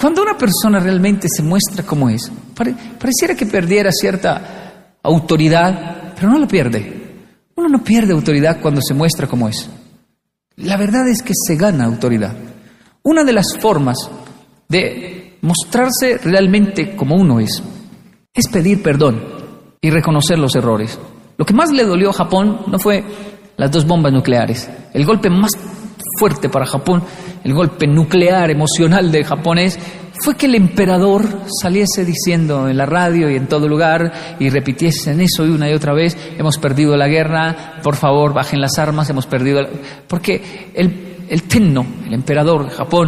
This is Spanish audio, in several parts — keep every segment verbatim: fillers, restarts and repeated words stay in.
Cuando una persona realmente se muestra como es, pare, pareciera que perdiera cierta autoridad, pero no la pierde. Uno no pierde autoridad cuando se muestra como es. La verdad es que se gana autoridad. Una de las formas de mostrarse realmente como uno es, es pedir perdón y reconocer los errores. Lo que más le dolió a Japón no fue las dos bombas nucleares. El golpe más fuerte para Japón, el golpe nuclear emocional de japonés, fue que el emperador saliese diciendo en la radio y en todo lugar y repitiesen eso una y otra vez: hemos perdido la guerra, por favor bajen las armas, hemos perdido la... porque el, el Tenno, el emperador de Japón,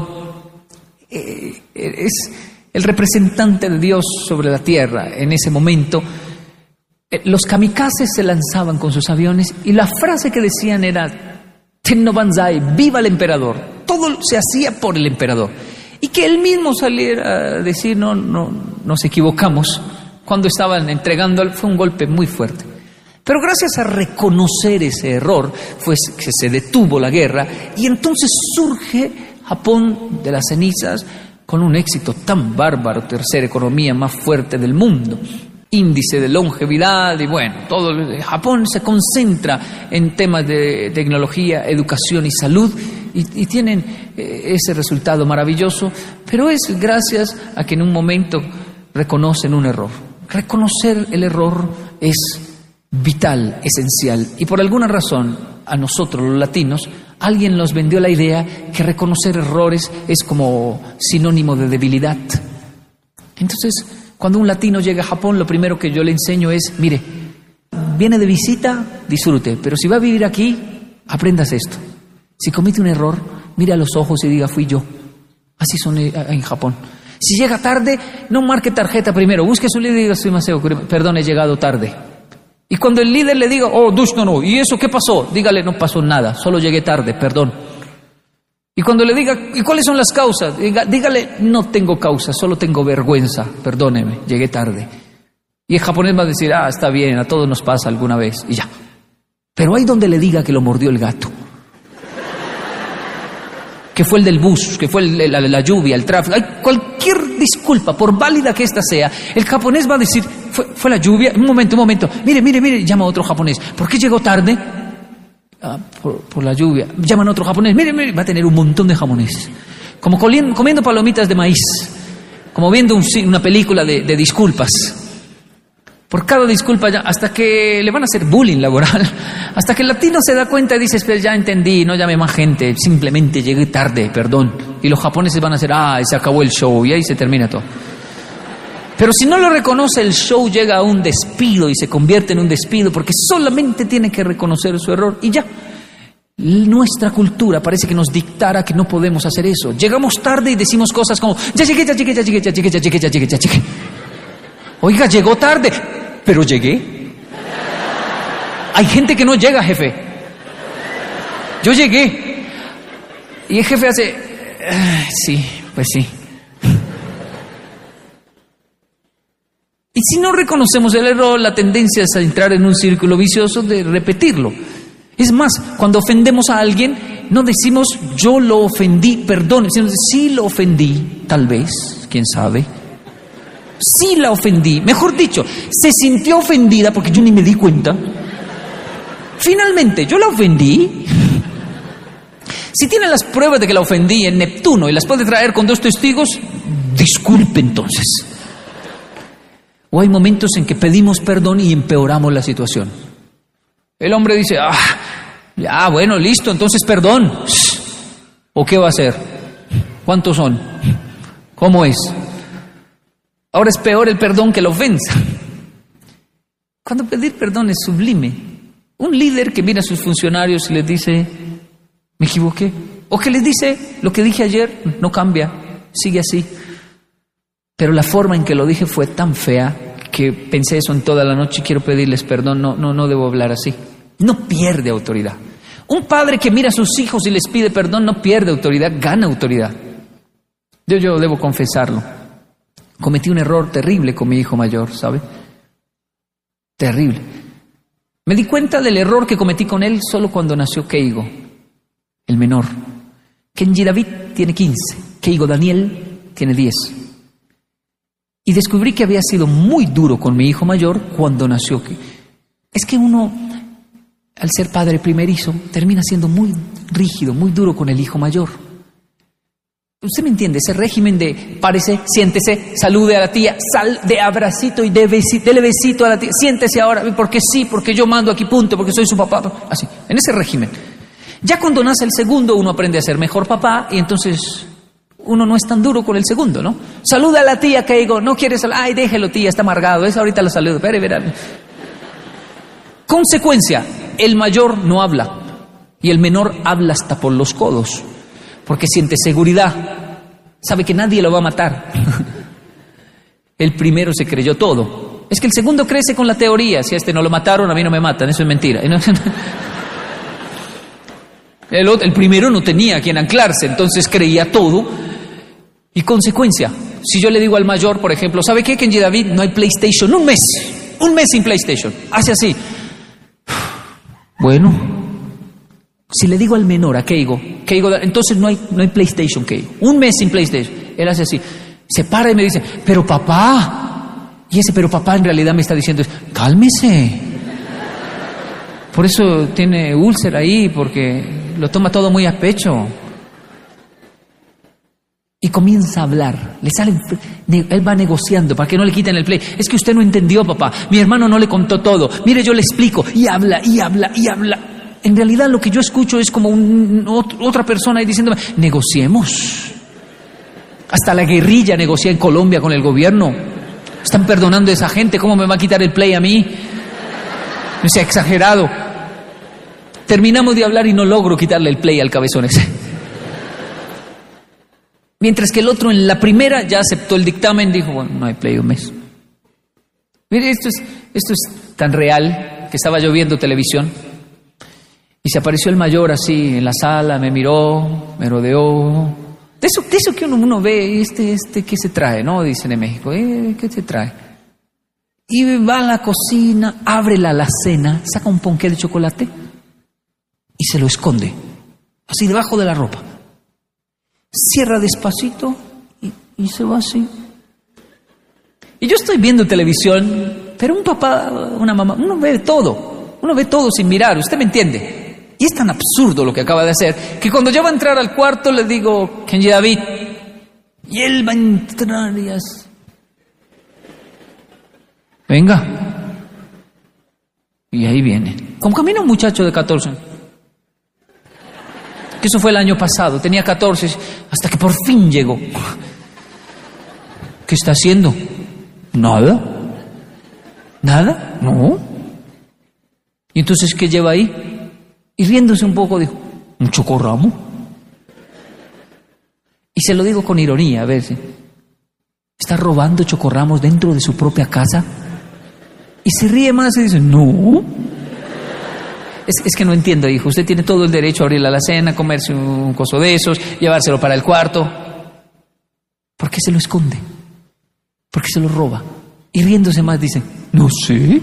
eh, es el representante de Dios sobre la tierra en ese momento. Los kamikazes se lanzaban con sus aviones y la frase que decían era Tenno Banzai, viva el emperador. Todo se hacía por el emperador. Y que él mismo saliera a decir no, no, nos equivocamos cuando estaban entregando, fue un golpe muy fuerte. Pero gracias a reconocer ese error fue que se detuvo la guerra y entonces surge Japón de las cenizas con un éxito tan bárbaro, tercera economía más fuerte del mundo. Índice de longevidad y bueno, todo. Japón se concentra en temas de tecnología, educación y salud y, y tienen eh, ese resultado maravilloso, pero es gracias a que en un momento reconocen un error. Reconocer el error es vital, esencial, y por alguna razón a nosotros los latinos alguien nos vendió la idea que reconocer errores es como sinónimo de debilidad. Entonces, cuando un latino llega a Japón, lo primero que yo le enseño es, mire, viene de visita, disfrute, pero si va a vivir aquí, aprendas esto. Si comete un error, mire a los ojos y diga, fui yo. Así son en Japón. Si llega tarde, no marque tarjeta primero, busque su líder y diga, soy Maseo, perdón, he llegado tarde. Y cuando el líder le diga, oh, dush, no, no, ¿y eso qué pasó? Dígale, no pasó nada, solo llegué tarde, perdón. Y cuando le diga, ¿y cuáles son las causas? Diga, dígale, no tengo causa, solo tengo vergüenza, perdóneme, llegué tarde. Y el japonés va a decir, ah, está bien, a todos nos pasa alguna vez, y ya. Pero hay donde le diga que lo mordió el gato, que fue el del bus, que fue el, la, la lluvia, el tráfico, hay cualquier disculpa, por válida que ésta sea, el japonés va a decir, fue, fue la lluvia, un momento, un momento, mire, mire, mire, llama a otro japonés, ¿por qué llegó tarde? Ah, por, por la lluvia. Llaman a otro japonés, mire, mire, va a tener un montón de japoneses, como comiendo, comiendo palomitas de maíz, como viendo un, una película de, de disculpas. Por cada disculpa, ya, hasta que le van a hacer bullying laboral, hasta que el latino se da cuenta y dice, pues ya entendí, no llame más gente, simplemente llegué tarde, perdón. Y los japoneses van a hacer, ah, se acabó el show, y ahí se termina todo. Pero si no lo reconoce, el show llega a un despido y se convierte en un despido porque solamente tiene que reconocer su error y ya. Nuestra cultura parece que nos dictara que no podemos hacer eso. Llegamos tarde y decimos cosas como, ya llegué, ya llegué, ya llegué, ya llegué, ya llegué, ya llegué, ya llegué. Oiga, llegó tarde, pero llegué. Hay gente que no llega, jefe. Yo llegué. Y el jefe hace, ah, sí, pues sí. Y si no reconocemos el error, la tendencia es a entrar en un círculo vicioso de repetirlo. Es más, cuando ofendemos a alguien, no decimos, yo lo ofendí, perdón, sino sí lo ofendí, tal vez, quién sabe. Sí la ofendí, mejor dicho, se sintió ofendida porque yo ni me di cuenta. Finalmente, yo la ofendí. Si tiene las pruebas de que la ofendí en Neptuno y las puede traer con dos testigos, disculpe entonces. O hay momentos en que pedimos perdón y empeoramos la situación. El hombre dice, ah, ya, bueno, listo, entonces perdón. ¿O qué va a hacer? ¿Cuántos son? ¿Cómo es? Ahora es peor el perdón que la ofensa. Cuando pedir perdón es sublime. Un líder que mira a sus funcionarios y les dice, me equivoqué. O que les dice, lo que dije ayer no cambia, sigue así. Pero la forma en que lo dije fue tan fea que pensé eso en toda la noche y quiero pedirles perdón, no, no, no debo hablar así. No pierde autoridad. Un padre que mira a sus hijos y les pide perdón no pierde autoridad, gana autoridad. Yo, yo debo confesarlo. Cometí un error terrible con mi hijo mayor, ¿sabe? Terrible. Me di cuenta del error que cometí con él solo cuando nació Keigo, el menor. Kenji David tiene quince, Keigo Daniel tiene diez. Y descubrí que había sido muy duro con mi hijo mayor cuando nació. Es que uno, al ser padre primerizo, termina siendo muy rígido, muy duro con el hijo mayor. Usted me entiende, ese régimen de párese, siéntese, salude a la tía, sal de abracito y de besito, dele besito a la tía, siéntese ahora, porque sí, porque yo mando aquí, punto, porque soy su papá. Así, en ese régimen. Ya cuando nace el segundo, uno aprende a ser mejor papá y entonces uno no es tan duro con el segundo, ¿no? Saluda a la tía, que digo, no quieres saludar, ay, déjelo tía, está amargado, es ahorita lo saludo, espere, verá. Consecuencia, el mayor no habla y el menor habla hasta por los codos, porque siente seguridad, sabe que nadie lo va a matar. El primero se creyó todo. Es que el segundo crece con la teoría, si a este no lo mataron, a mí no me matan, eso es mentira. El, otro, el primero no tenía a quien anclarse, entonces creía todo. Y consecuencia, si yo le digo al mayor, por ejemplo, ¿sabe qué, Kenji David? No hay PlayStation, un mes, un mes sin PlayStation. Hace así. Bueno, si le digo al menor, a Keigo, Keigo, entonces no hay, no hay PlayStation, Keigo. Un mes sin PlayStation. Él hace así, se para y me dice, pero papá. Y ese pero papá en realidad me está diciendo, cálmese. Por eso tiene úlcera ahí, porque lo toma todo muy a pecho. Y comienza a hablar, le sale, él va negociando para que no le quiten el play. Es que usted no entendió, papá, mi hermano no le contó todo, mire, yo le explico, y habla, y habla, y habla. En realidad lo que yo escucho es como un, otra persona ahí diciéndome, negociemos. Hasta la guerrilla negocia en Colombia con el gobierno. Están perdonando a esa gente, ¿cómo me va a quitar el play a mí? No sea exagerado. Terminamos de hablar y no logro quitarle el play al cabezón ese. Mientras que el otro en la primera ya aceptó el dictamen, dijo, bueno, no hay play un mes. Mire, esto es, esto es tan real que estaba yo viendo televisión y se apareció el mayor así en la sala, me miró, me rodeó. De eso, de eso que uno, uno ve, este, este, ¿qué se trae? ¿No? Dicen en México, ¿eh? ¿Qué se trae? Y va a la cocina, abre la alacena, saca un ponqué de chocolate y se lo esconde, así debajo de la ropa. Cierra despacito y, y se va así. Y yo estoy viendo televisión, pero un papá, una mamá, uno ve todo, uno ve todo sin mirar, ¿usted me entiende? Y es tan absurdo lo que acaba de hacer, que cuando yo va a entrar al cuarto le digo, Kenji David, y él va a entrar y así. Venga. Y ahí viene. Como camina un muchacho de catorce años. Que eso fue el año pasado, tenía catorce, hasta que por fin llegó. ¿Qué está haciendo? Nada. ¿Nada? No. ¿Y entonces qué lleva ahí? Y riéndose un poco dijo, ¿un chocorramo? Y se lo digo con ironía, a ver si está robando chocorramos dentro de su propia casa. Y se ríe más y dice, no. Es, es que no entiendo, hijo. Usted tiene todo el derecho a abrir la alacena, comerse un coso de esos, llevárselo para el cuarto. ¿Por qué se lo esconde? ¿Por qué se lo roba? Y riéndose más dice, no sé.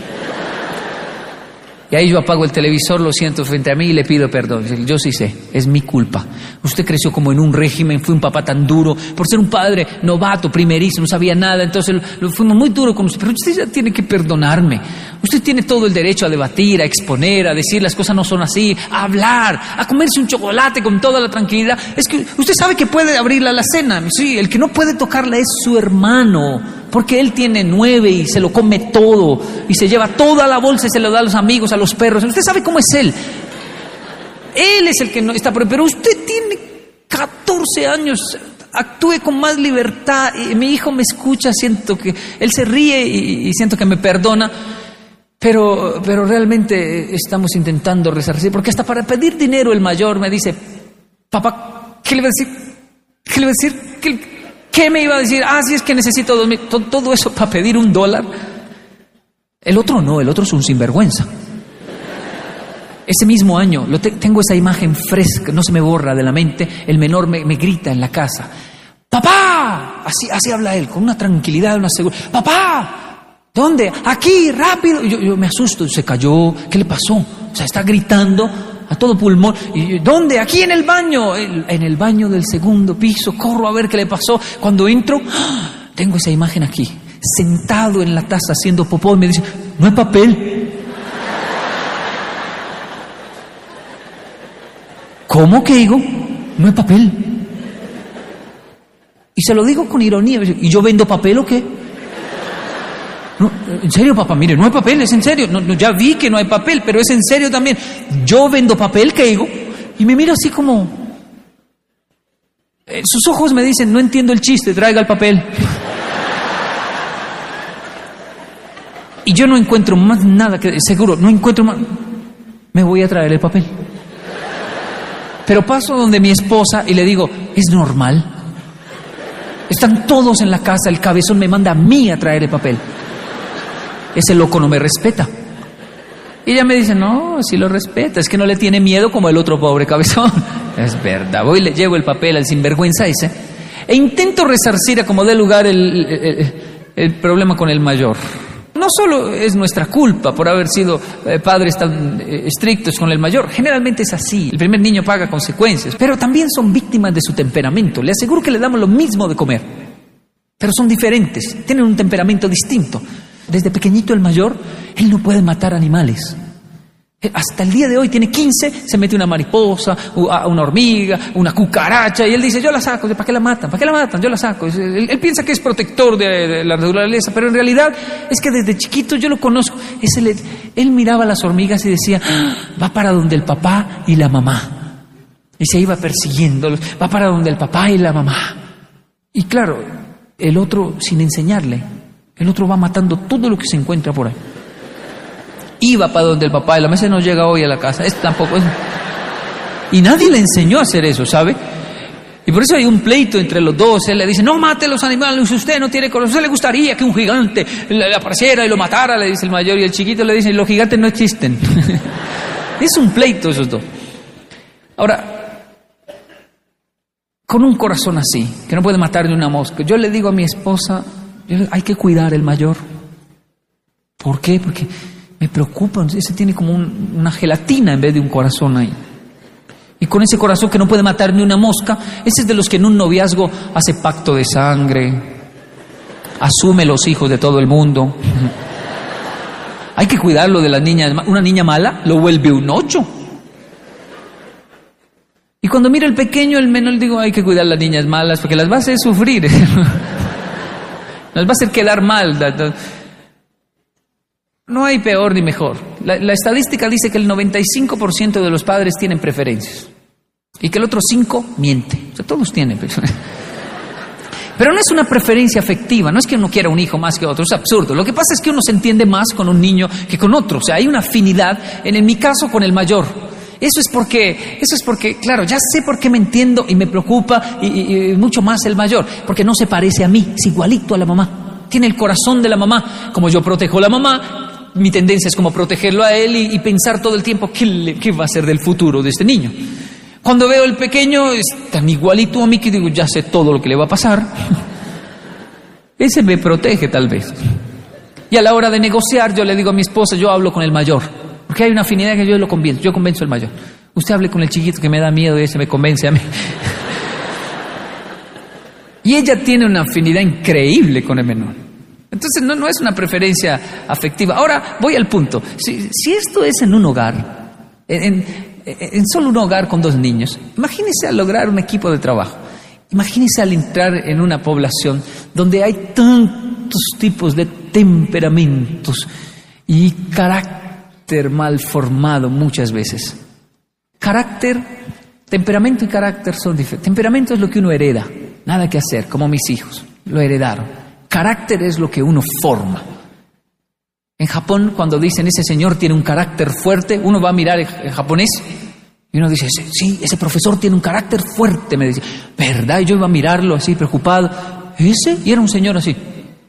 Y ahí yo apago el televisor, lo siento frente a mí y le pido perdón. Yo sí sé, es mi culpa. Usted creció como en un régimen, fue un papá tan duro, por ser un padre novato, primerizo, no sabía nada, entonces lo, lo fuimos muy duro con usted. Pero usted ya tiene que perdonarme. Usted tiene todo el derecho a debatir, a exponer, a decir las cosas no son así, a hablar, a comerse un chocolate con toda la tranquilidad. Es que usted sabe que puede abrir la alacena. Sí, el que no puede tocarla es su hermano, porque él tiene nueve y se lo come todo y se lleva toda la bolsa y se lo da a los amigos, a los perros. Usted sabe cómo es él. Él es el que no está, pero usted tiene catorce años, actúe con más libertad. Y mi hijo me escucha, siento que él se ríe y, y siento que me perdona, pero, pero realmente estamos intentando resarcir, porque hasta para pedir dinero el mayor me dice, papá, ¿qué le va a decir? ¿Qué le va a decir? ¿Qué, qué me iba a decir? Ah, sí, es que necesito dos mil. Todo, todo eso para pedir un dólar. El otro no, el otro es un sinvergüenza. Ese mismo año, lo te, tengo esa imagen fresca, no se me borra de la mente, el menor me, me grita en la casa, ¡papá! Así, así habla él, con una tranquilidad, una seguridad. ¡Papá! ¿Dónde? ¡Aquí! ¡Rápido! Y yo, yo me asusto, se cayó, ¿qué le pasó? O sea, está gritando a todo pulmón. ¿Y dónde? Aquí en el baño. En el baño del segundo piso. Corro a ver qué le pasó. Cuando entro, ¡ah! Tengo esa imagen aquí. Sentado en la taza haciendo popó y me dice, no hay papel. ¿Cómo que digo? No hay papel. Y se lo digo con ironía. ¿Y yo vendo papel o qué? No, en serio, papá, mire, no hay papel, es en serio. No, no, ya vi que no hay papel, pero es en serio también. Yo vendo papel, ¿qué digo? Y me mira así como... Eh, sus ojos me dicen, no entiendo el chiste, traiga el papel. Y yo no encuentro más nada que... Seguro, no encuentro más... Me voy a traer el papel. Pero paso donde mi esposa y le digo, ¿es normal? Están todos en la casa, el cabezón me manda a mí a traer el papel. Ese loco no me respeta. Y ella me dice, no, sí lo respeta, es que no le tiene miedo como el otro pobre cabezón. Es verdad, voy y le llevo el papel al sinvergüenza ese e intento resarcir a como dé lugar el, el, el problema con el mayor. No solo es nuestra culpa por haber sido eh, padres tan eh, estrictos con el mayor, generalmente es así, el primer niño paga consecuencias, pero también son víctimas de su temperamento. Le aseguro que le damos lo mismo de comer, pero son diferentes, tienen un temperamento distinto. Desde pequeñito el mayor, él no puede matar animales. Hasta el día de hoy tiene quince, se mete una mariposa, una hormiga, una cucaracha, y él dice, yo la saco. ¿Para qué la matan? ¿Para qué la matan? Yo la saco. Él, él piensa que es protector de, de la naturaleza, pero en realidad es que desde chiquito yo lo conozco. Es el, él miraba las hormigas y decía, ah, va para donde el papá y la mamá. Y se iba persiguiéndolos, va para donde el papá y la mamá. Y claro, el otro sin enseñarle, el otro va matando todo lo que se encuentra por ahí. Iba para donde el papá y la mamá, no llega hoy a la casa, esto tampoco es... Y nadie le enseñó a hacer eso, ¿sabe? Y por eso hay un pleito entre los dos. Él le dice, no mate los animales, usted no tiene corazón, usted le gustaría que un gigante le apareciera y lo matara, le dice el mayor, y el chiquito le dice, los gigantes no existen. Es un pleito esos dos. Ahora, con un corazón así, que no puede matar de una mosca, yo le digo a mi esposa, hay que cuidar el mayor. ¿Por qué? Porque me preocupa, ese tiene como un, una gelatina en vez de un corazón ahí. Y con ese corazón que no puede matar ni una mosca, ese es de los que en un noviazgo hace pacto de sangre, asume los hijos de todo el mundo. Hay que cuidarlo de las niñas. Una niña mala lo vuelve un ocho. Y cuando mira el pequeño, el menor, digo, hay que cuidar a las niñas malas porque las va a hacer sufrir. Las va a hacer quedar mal. No hay peor ni mejor. La, la estadística dice que el noventa y cinco por ciento de los padres tienen preferencias y que el otro cinco por ciento miente. O sea, todos tienen preferencias. Pero no es una preferencia afectiva, no es que uno quiera un hijo más que otro, es absurdo. Lo que pasa es que uno se entiende más con un niño que con otro. O sea, hay una afinidad, en, en mi caso, con el mayor. Eso es porque, eso es porque, claro, ya sé por qué me entiendo y me preocupa y, y, y mucho más el mayor, porque no se parece a mí, es igualito a la mamá. Tiene el corazón de la mamá. Como yo protejo a la mamá, mi tendencia es como protegerlo a él y, y pensar todo el tiempo ¿qué, le, qué va a ser del futuro de este niño. Cuando veo el pequeño, es tan igualito a mí que digo, ya sé todo lo que le va a pasar. Ese me protege tal vez. Y a la hora de negociar, yo le digo a mi esposa, yo hablo con el mayor, porque hay una afinidad que yo lo convenzo, yo convenzo al mayor. Usted hable con el chiquito que me da miedo y ese me convence a mí. Y ella tiene una afinidad increíble con el menor. Entonces no, no es una preferencia afectiva. Ahora voy al punto. Si, si esto es en un hogar, en, en, en solo un hogar con dos niños, imagínese al lograr un equipo de trabajo. Imagínese al entrar en una población donde hay tantos tipos de temperamentos y carácter mal formado muchas veces. Carácter, temperamento y carácter son diferentes. Temperamento es lo que uno hereda, nada que hacer, como mis hijos, lo heredaron. Carácter es lo que uno forma. En Japón, cuando dicen ese señor tiene un carácter fuerte, uno va a mirar en japonés y uno dice, sí, ese profesor tiene un carácter fuerte, me dice, ¿verdad? Y yo iba a mirarlo así, preocupado. ¿Ese? Y era un señor así.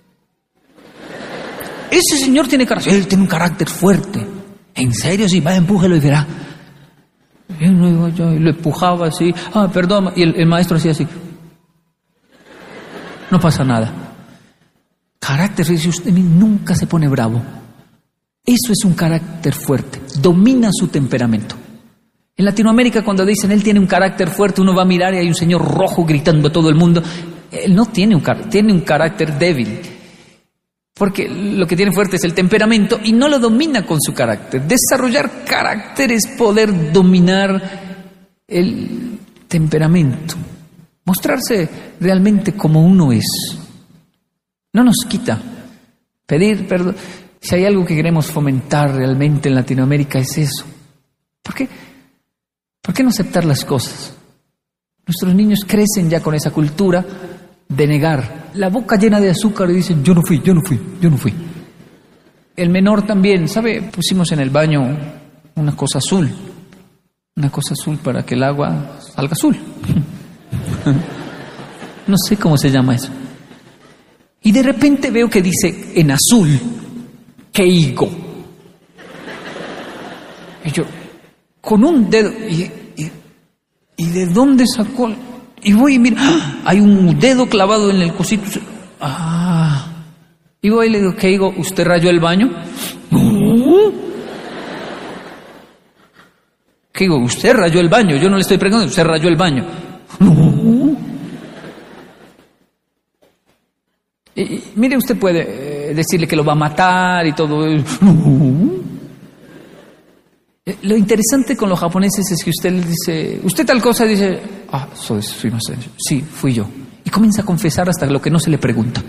Ese señor tiene carácter, él tiene un carácter fuerte. ¿En serio? Sí, vaya, empújelo y verá. Y uno, yo lo empujaba así, ah, perdón, y el, el maestro hacía así. No pasa nada. Carácter, dice usted, nunca se pone bravo. Eso es un carácter fuerte. Domina su temperamento. En Latinoamérica, cuando dicen él tiene un carácter fuerte, uno va a mirar y hay un señor rojo gritando a todo el mundo. Él no tiene un carácter, tiene un carácter débil. Porque lo que tiene fuerte es el temperamento y no lo domina con su carácter. Desarrollar carácter es poder dominar el temperamento. Mostrarse realmente como uno es. No nos quita. Pedir perdón. Si hay algo que queremos fomentar realmente en Latinoamérica es eso. ¿Por qué? ¿Por qué no aceptar las cosas? Nuestros niños crecen ya con esa cultura de negar. La boca llena de azúcar y dicen, yo no fui, yo no fui, yo no fui. El menor también, ¿sabe? Pusimos en el baño una cosa azul. Una cosa azul para que el agua salga azul. No sé cómo se llama eso. Y de repente veo que dice en azul, Keigo. Y yo, con un dedo, y, y, ¿y de dónde sacó? Y voy y miro, ¡ah! Hay un dedo clavado en el cosito. Ah. Y voy y le digo, Keigo, ¿usted rayó el baño? No. Keigo, ¿usted rayó el baño? Yo no le estoy preguntando, ¿usted rayó el baño? No. Y, y, mire, usted puede eh, decirle que lo va a matar y todo. No. Lo interesante con los japoneses es que usted les dice, usted tal cosa, dice, ah, soy, soy no sé, sí, fui yo. Y comienza a confesar hasta lo que no se le pregunta.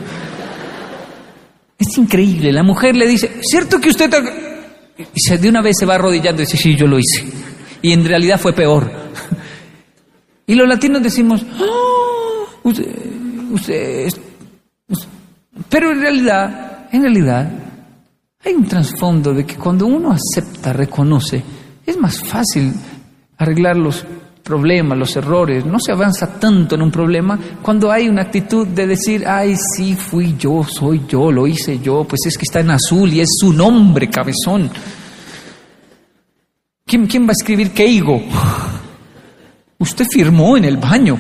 Es increíble. La mujer le dice, ¿cierto que usted tal...? Y se, de una vez se va arrodillando y dice, sí, yo lo hice. Y en realidad fue peor. Y los latinos decimos, oh, usted, usted, usted. Pero en realidad, en realidad, hay un trasfondo de que cuando uno acepta, reconoce, es más fácil arreglar los problemas, los errores. No se avanza tanto en un problema cuando hay una actitud de decir, ay, sí, fui yo, soy yo, lo hice yo, pues es que está en azul y es su nombre, cabezón. ¿Quién, quién va a escribir Keigo? Usted firmó en el baño.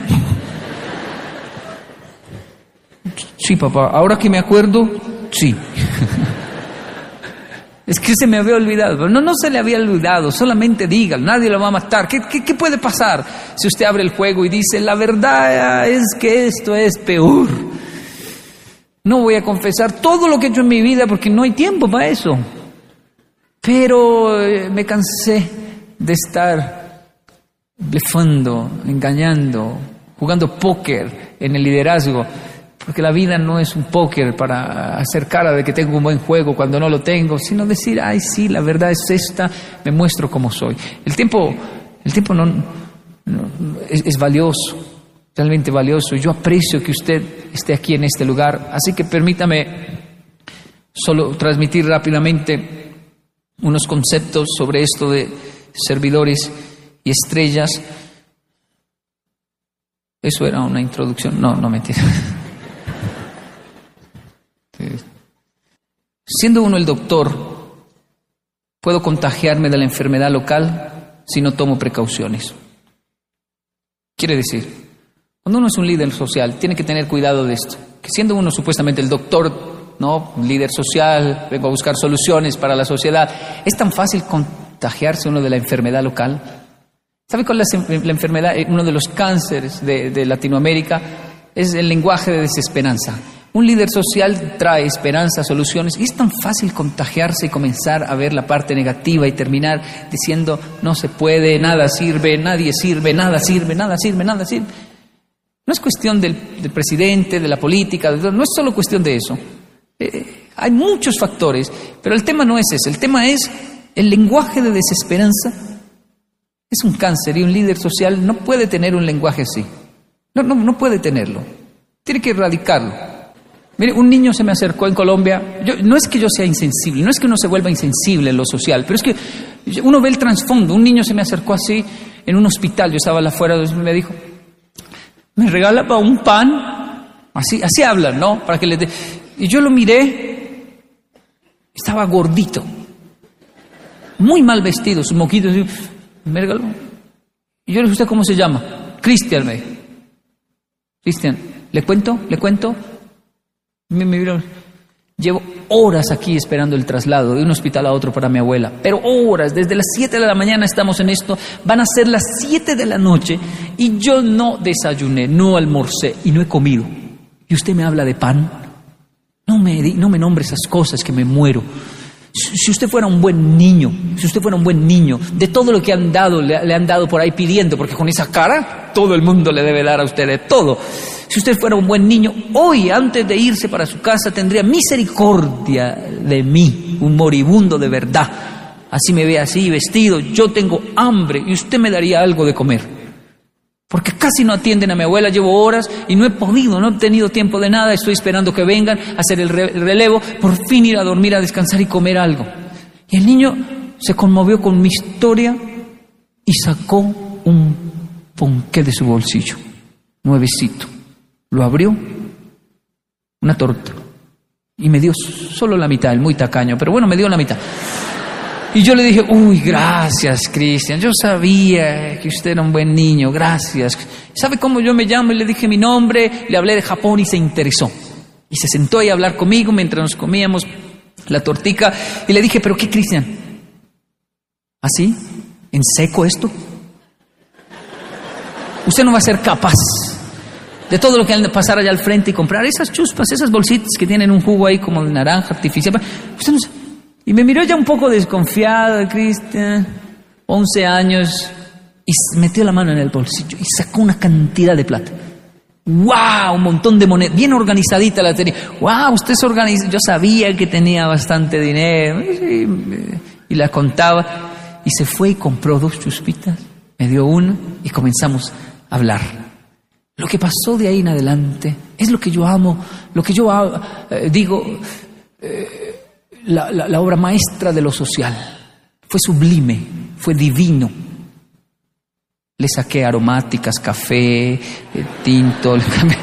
Sí, papá, ahora que me acuerdo, sí. Es que se me había olvidado. No, no se le había olvidado, solamente dígalo, nadie lo va a matar. ¿Qué, qué, qué puede pasar si usted abre el juego y dice, la verdad es que esto es peor? No voy a confesar todo lo que he hecho en mi vida porque no hay tiempo para eso. Pero eh, me cansé de estar blefando, engañando, jugando póker en el liderazgo. Porque la vida no es un póker para hacer cara de que tengo un buen juego cuando no lo tengo, sino decir, ay, sí, la verdad es esta, me muestro como soy. El tiempo, el tiempo no, no es, es valioso, realmente valioso. Yo aprecio que usted esté aquí en este lugar, así que permítame solo transmitir rápidamente unos conceptos sobre esto de servidores y estrellas. Eso era una introducción, no, no mentira. Siendo uno el doctor, puedo contagiarme de la enfermedad local si no tomo precauciones. Quiere decir, cuando uno es un líder social, tiene que tener cuidado de esto. Que siendo uno supuestamente el doctor, ¿no? Líder social, vengo a buscar soluciones para la sociedad, es tan fácil contagiarse uno de la enfermedad local. ¿Sabe cuál es la enfermedad? Uno de los cánceres de, de Latinoamérica es el lenguaje de desesperanza. Un líder social trae esperanza, soluciones, y es tan fácil contagiarse y comenzar a ver la parte negativa y terminar diciendo, no se puede, nada sirve, nadie sirve, nada sirve, nada sirve, nada sirve. No es cuestión del, del presidente, de la política, de, no es solo cuestión de eso. Eh, hay muchos factores, pero el tema no es ese, el tema es el lenguaje de desesperanza. Es un cáncer y un líder social no puede tener un lenguaje así. No, no, no puede tenerlo. Tiene que erradicarlo. Mire, un niño se me acercó en Colombia. Yo, no es que yo sea insensible, no es que uno se vuelva insensible en lo social, pero es que uno ve el trasfondo. Un niño se me acercó así en un hospital, yo estaba afuera y me dijo, ¿me regala para un pan? Así, así hablan, ¿no? Para que le dé. Y yo lo miré, estaba gordito, muy mal vestido, sus moquitos, me regaló. Y yo le dije, ¿usted cómo se llama? Cristian, me dijo. Cristian, ¿le cuento? ¿Le cuento? Me, me miró. Llevo horas aquí esperando el traslado de un hospital a otro para mi abuela, pero horas, desde las siete de la mañana estamos en esto, van a ser las siete de la noche y yo no desayuné, no almorcé y no he comido. Y usted me habla de pan. No me, no me nombre esas cosas que me muero. Si usted fuera un buen niño, si usted fuera un buen niño, de todo lo que han dado, le, le han dado por ahí pidiendo, porque con esa cara todo el mundo le debe dar a usted de todo. Si usted fuera un buen niño, hoy, antes de irse para su casa, tendría misericordia de mí, un moribundo de verdad. Así me ve así, vestido, yo tengo hambre y usted me daría algo de comer. Porque casi no atienden a mi abuela, llevo horas y no he podido, no he tenido tiempo de nada, estoy esperando que vengan a hacer el relevo, por fin ir a dormir, a descansar y comer algo. Y el niño se conmovió con mi historia y sacó un ponqué de su bolsillo, nuevecito. Lo abrió, una torta, y me dio solo la mitad, el muy tacaño, pero bueno, me dio la mitad. Y yo le dije, uy, gracias, Cristian, yo sabía que usted era un buen niño, gracias. ¿Sabe cómo yo me llamo? Y le dije mi nombre, le hablé de Japón y se interesó. Y se sentó ahí a hablar conmigo mientras nos comíamos la tortica. Y le dije, ¿pero qué, Cristian? ¿Así? ¿En seco esto? Usted no va a ser capaz de todo lo que han de pasar allá al frente y comprar esas chuspas, esas bolsitas que tienen un jugo ahí como de naranja artificial. Usted no sabe. Y me miró ya un poco desconfiado, Cristian, once años, y metió la mano en el bolsillo y sacó una cantidad de plata. ¡Wow! Un montón de monedas, bien organizadita la tenía. ¡Wow! Usted se organiza. Yo sabía que tenía bastante dinero. Y, y la contaba. Y se fue y compró dos chuspitas, me dio una y comenzamos a hablar. Lo que pasó de ahí en adelante es lo que yo amo, lo que yo eh, digo... Eh, La, la, la obra maestra de lo social. Fue sublime, fue divino. Le saqué aromáticas, café, eh, tinto. Le cambié.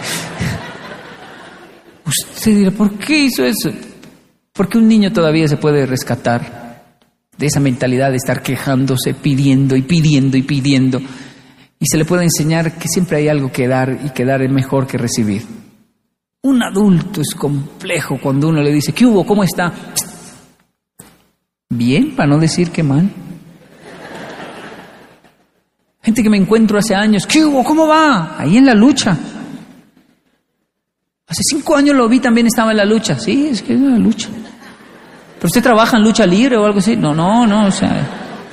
Usted dirá, ¿por qué hizo eso? Porque un niño todavía se puede rescatar de esa mentalidad de estar quejándose, pidiendo y pidiendo y pidiendo. Y se le puede enseñar que siempre hay algo que dar y que dar es mejor que recibir. Un adulto es complejo cuando uno le dice, ¿qué hubo? ¿Cómo está? Bien, para no decir que mal. Gente que me encuentro hace años, ¿qué hubo? ¿Cómo va? Ahí en la lucha. Hace cinco años lo vi, también estaba en la lucha. Sí, es que es una lucha. ¿Pero usted trabaja en lucha libre o algo así? No, no, no, o sea...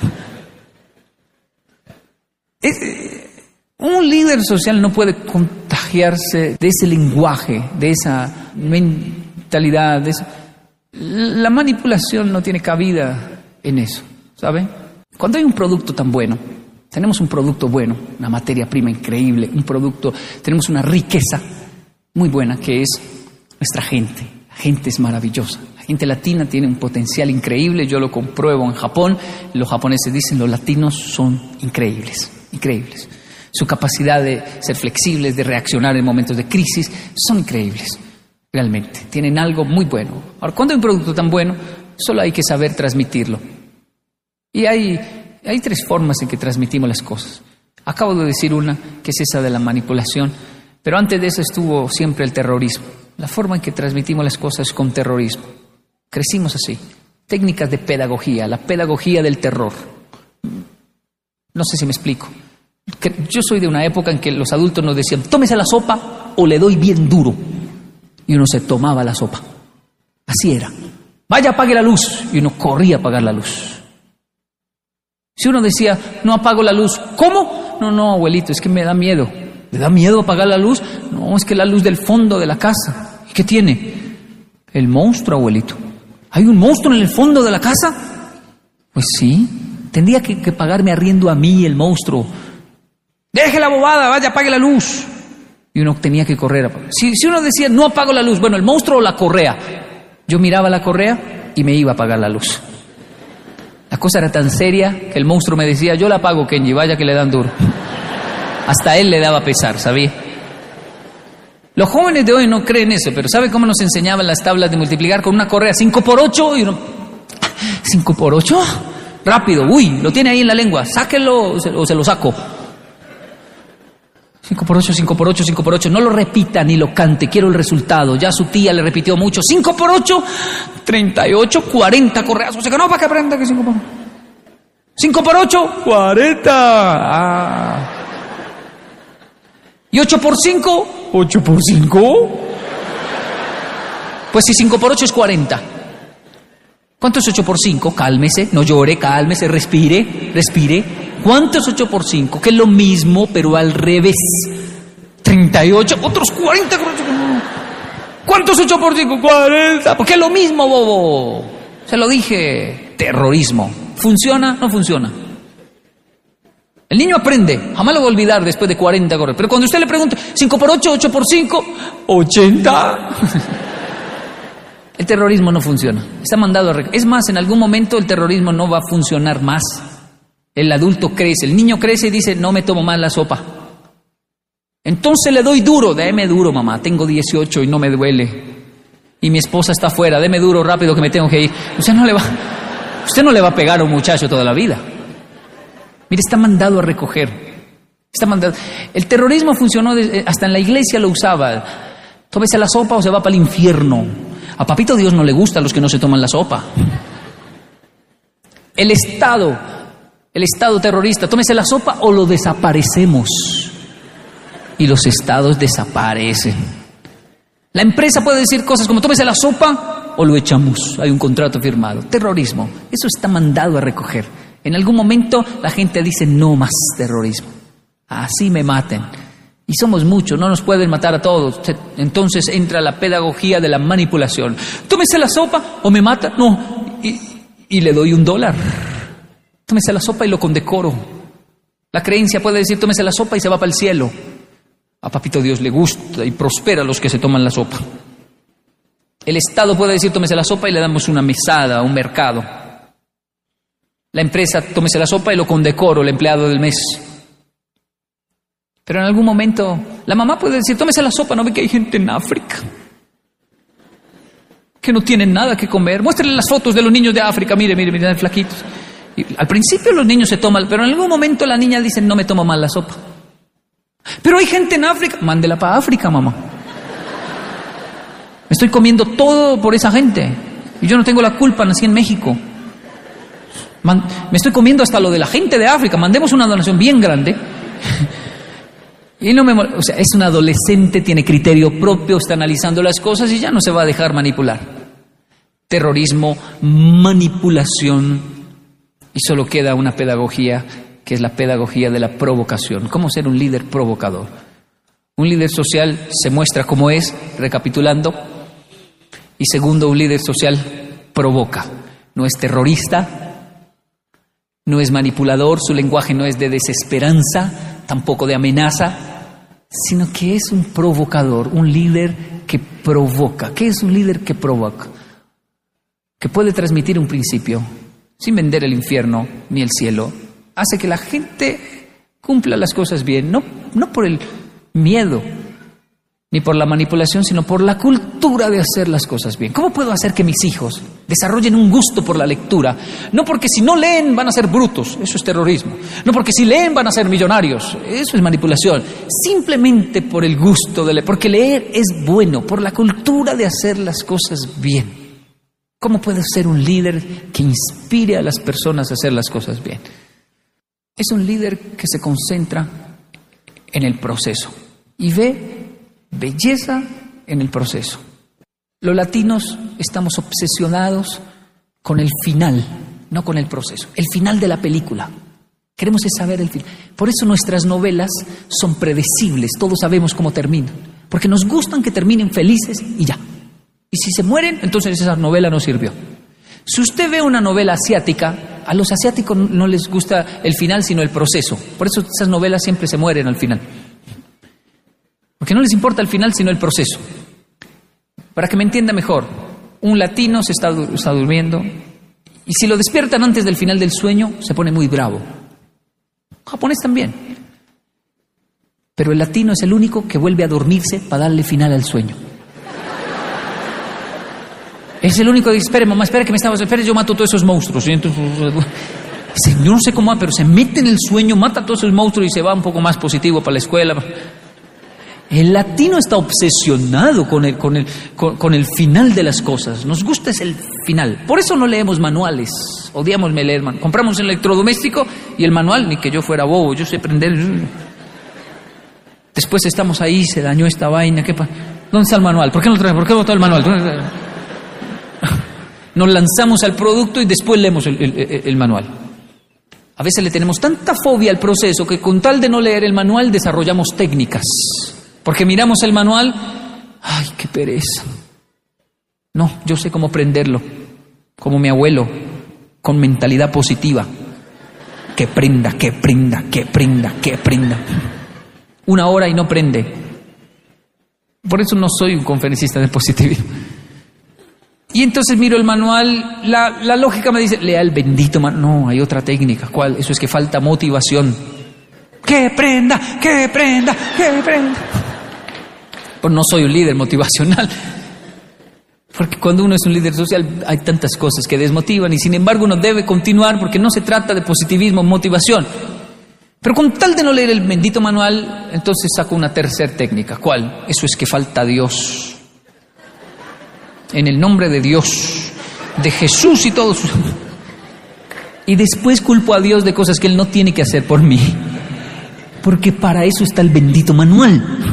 Es, un líder social no puede contagiarse de ese lenguaje, de esa mentalidad, de esa... La manipulación no tiene cabida en eso, ¿sabe? Cuando hay un producto tan bueno, tenemos un producto bueno, una materia prima increíble, un producto, tenemos una riqueza muy buena que es nuestra gente. La gente es maravillosa. La gente latina tiene un potencial increíble, yo lo compruebo en Japón. Los japoneses dicen los latinos son increíbles, increíbles. Su capacidad de ser flexibles, de reaccionar en momentos de crisis, son increíbles. Realmente, tienen algo muy bueno. Ahora, cuando hay un producto tan bueno, solo hay que saber transmitirlo. Y hay, hay tres formas en que transmitimos las cosas. Acabo de decir una, que es esa de la manipulación, pero antes de eso estuvo siempre el terrorismo. La forma en que transmitimos las cosas es con terrorismo. Crecimos así. Técnicas de pedagogía, la pedagogía del terror. No sé si me explico. Yo soy de una época en que los adultos nos decían, tómese la sopa o le doy bien duro. Y uno se tomaba la sopa. Así era. Vaya, apague la luz. Y uno corría a apagar la luz. Si uno decía, no apago la luz. ¿Cómo? No, no, abuelito, es que me da miedo. ¿Le da miedo apagar la luz? No, es que la luz del fondo de la casa. ¿Y qué tiene? El monstruo, abuelito. ¿Hay un monstruo en el fondo de la casa? Pues sí. Tendría que, que pagarme arriendo a mí el monstruo. Deje la bobada, vaya, apague la luz. Y uno tenía que correr a apagar. Si, si uno decía, no apago la luz, bueno, el monstruo o la correa. Yo miraba la correa y me iba a apagar la luz. La cosa era tan seria que el monstruo me decía, yo la apago, Kenji, vaya que le dan duro. Hasta él le daba pesar, ¿sabía? Los jóvenes de hoy no creen eso, pero ¿sabe cómo nos enseñaban las tablas de multiplicar con una correa? cinco por ocho y uno... ¿cinco por ocho? Rápido, uy, lo tiene ahí en la lengua, sáquelo o se, o se lo saco. cinco por ocho, cinco por ocho, cinco por ocho. No lo repita ni lo cante, quiero el resultado. Ya su tía le repitió mucho. cinco por ocho, treinta y ocho, cuarenta correazos. Se ganó para que aprenda que cinco por ocho. cinco por ocho, cuarenta. Ah. ¿Y ocho por cinco? ¿ocho por cinco? Pues si cinco por ocho es cuarenta. ¿Cuánto es ocho por cinco? Cálmese, no llore, cálmese, respire, respire. ¿Cuánto es ocho por cinco? Que es lo mismo, pero al revés. treinta y ocho, otros cuarenta. ¿Cuánto es ocho por cinco? cuarenta. Porque es lo mismo, bobo. Se lo dije. Terrorismo. ¿Funciona? No funciona. El niño aprende. Jamás lo va a olvidar después de cuarenta correr. Pero cuando usted le pregunta, cinco por ocho, ocho por cinco, ochenta. El terrorismo no funciona. Está mandado a... Rec- es más, en algún momento el terrorismo no va a funcionar más. El adulto crece, el niño crece y dice, no me tomo más la sopa. Entonces le doy duro. Deme duro, mamá, tengo dieciocho y no me duele. Y mi esposa está afuera, deme duro rápido que me tengo que ir. Usted no le va, usted no le va a pegar a un muchacho toda la vida. Mire, está mandado a recoger. Está mandado. El terrorismo funcionó, de, hasta en la iglesia lo usaba. Tómese la sopa o se va para el infierno. A papito Dios no le gusta a los que no se toman la sopa. El Estado, el Estado terrorista, tómese la sopa o lo desaparecemos. Y los estados desaparecen. La empresa puede decir cosas como tómese la sopa o lo echamos. Hay un contrato firmado. Terrorismo, eso está mandado a recoger. En algún momento la gente dice no más terrorismo. Así me maten. Y somos muchos, no nos pueden matar a todos. Entonces entra la pedagogía de la manipulación. Tómese la sopa o me mata. No, y, y le doy un dólar. Tómese la sopa y lo condecoro. La creencia puede decir tómese la sopa y se va para el cielo. A papito Dios le gusta y prospera a los que se toman la sopa. El Estado puede decir tómese la sopa y le damos una mesada, un mercado. La empresa tómese la sopa y lo condecoro, el empleado del mes. Pero en algún momento la mamá puede decir, tómese la sopa, ¿no ve que hay gente en África que no tienen nada que comer? Muéstrenle las fotos de los niños de África, mire, mire, mire, flaquitos. Y al principio los niños se toman, pero en algún momento la niña dice, no me tomo más la sopa. Pero hay gente en África, mándela para África, mamá. Me estoy comiendo todo por esa gente. Y yo no tengo la culpa, nací en México. Man, me estoy comiendo hasta lo de la gente de África, mandemos una donación bien grande. Y no me, o sea, es un adolescente, tiene criterio propio, está analizando las cosas y ya no se va a dejar manipular. Terrorismo, manipulación, y solo queda una pedagogía que es la pedagogía de la provocación. ¿Cómo ser un líder provocador? Un líder social se muestra como es, recapitulando, y segundo, un líder social provoca. No es terrorista, no es manipulador, su lenguaje no es de desesperanza, tampoco de amenaza, sino que es un provocador, un líder que provoca. ¿Qué es un líder que provoca? Que puede transmitir un principio sin vender el infierno ni el cielo. Hace que la gente cumpla las cosas bien, no, no por el miedo ni por la manipulación, sino por la cultura de hacer las cosas bien. ¿Cómo puedo hacer que mis hijos desarrollen un gusto por la lectura? No porque si no leen van a ser brutos, eso es terrorismo. No porque si leen van a ser millonarios, eso es manipulación. Simplemente por el gusto de leer, porque leer es bueno, por la cultura de hacer las cosas bien. ¿Cómo puedo ser un líder que inspire a las personas a hacer las cosas bien? Es un líder que se concentra en el proceso y ve belleza en el proceso. Los latinos estamos obsesionados con el final, no con el proceso. El final de la película. Queremos es saber el final. Por eso nuestras novelas son predecibles. Todos sabemos cómo terminan. Porque nos gustan que terminen felices y ya. Y si se mueren, entonces esa novela no sirvió. Si usted ve una novela asiática, a los asiáticos no les gusta el final, sino el proceso. Por eso esas novelas siempre se mueren al final. Porque no les importa el final, sino el proceso. Para que me entienda mejor, un latino se está, está durmiendo y si lo despiertan antes del final del sueño, se pone muy bravo. Un japonés también. Pero el latino es el único que vuelve a dormirse para darle final al sueño. Es el único que dice, espere mamá, espere que me estabas, espere, yo mato todos esos monstruos. Y entonces, yo no sé cómo va, pero se mete en el sueño, mata a todos esos monstruos y se va un poco más positivo para la escuela. El latino está obsesionado con el, con, el, con, con el final de las cosas. Nos gusta es el final. Por eso no leemos manuales. Odiamos leer manuales. Compramos un electrodoméstico y el manual, ni que yo fuera bobo, yo sé prender. Después estamos ahí, se dañó esta vaina. ¿Qué pasa? ¿Dónde está el manual? ¿Por qué no trae? ¿Por qué no trae el manual? Nos lanzamos al producto y después leemos el, el, el, el manual. A veces le tenemos tanta fobia al proceso que con tal de no leer el manual desarrollamos técnicas. Porque miramos el manual, ¡ay, qué pereza! No, yo sé cómo prenderlo, como mi abuelo, con mentalidad positiva. Que prenda, que prenda, que prenda, que prenda. Una hora y no prende. Por eso no soy un conferencista de positivismo. Y entonces miro el manual, la, la lógica me dice, lea el bendito manual. No, hay otra técnica. ¿Cuál? Eso es que falta motivación. ¡Que prenda, que prenda, que prenda! Pues no soy un líder motivacional, porque cuando uno es un líder social hay tantas cosas que desmotivan y sin embargo uno debe continuar porque no se trata de positivismo, motivación. Pero con tal de no leer el bendito manual, entonces saco una tercera técnica. ¿Cuál? Eso es que falta Dios. En el nombre de Dios, de Jesús y todos. Y después culpo a Dios de cosas que Él no tiene que hacer por mí, porque para eso está el bendito manual.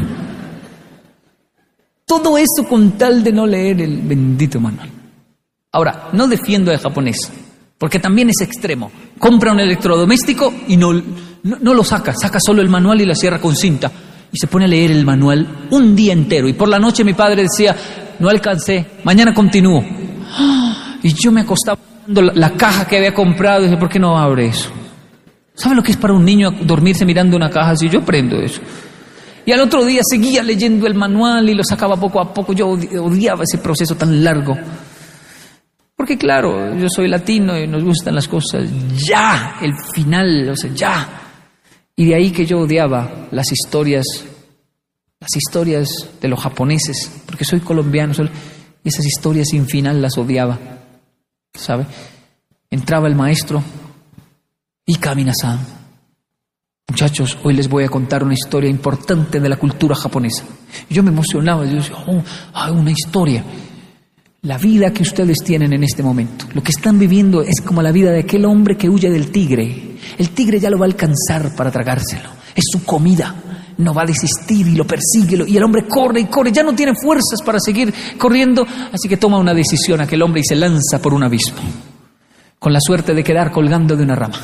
Todo eso con tal de no leer el bendito manual. Ahora, no defiendo al japonés, porque también es extremo. Compra un electrodoméstico y no, no, no lo saca, saca solo el manual y la cierra con cinta. Y se pone a leer el manual un día entero. Y por la noche mi padre decía, no alcancé, mañana continúo. Y yo me acostaba viendo la, la caja que había comprado y dije, ¿por qué no abre eso? ¿Sabe lo que es para un niño dormirse mirando una caja así? Yo aprendo eso. Y al otro día seguía leyendo el manual y lo sacaba poco a poco. Yo odiaba ese proceso tan largo. Porque claro, yo soy latino y nos gustan las cosas ya, el final, o sea, ya. Y de ahí que yo odiaba las historias, las historias de los japoneses, porque soy colombiano, soy, y esas historias sin final las odiaba, ¿sabe? Entraba el maestro y Kamina-san. Muchachos, hoy les voy a contar una historia importante de la cultura japonesa. Y yo me emocionaba, yo decía, oh, ah, una historia. La vida que ustedes tienen en este momento, lo que están viviendo es como la vida de aquel hombre que huye del tigre. El tigre ya lo va a alcanzar para tragárselo. Es su comida, no va a desistir y lo persigue. Y el hombre corre y corre, ya no tiene fuerzas para seguir corriendo. Así que toma una decisión aquel hombre y se lanza por un abismo, con la suerte de quedar colgando de una rama.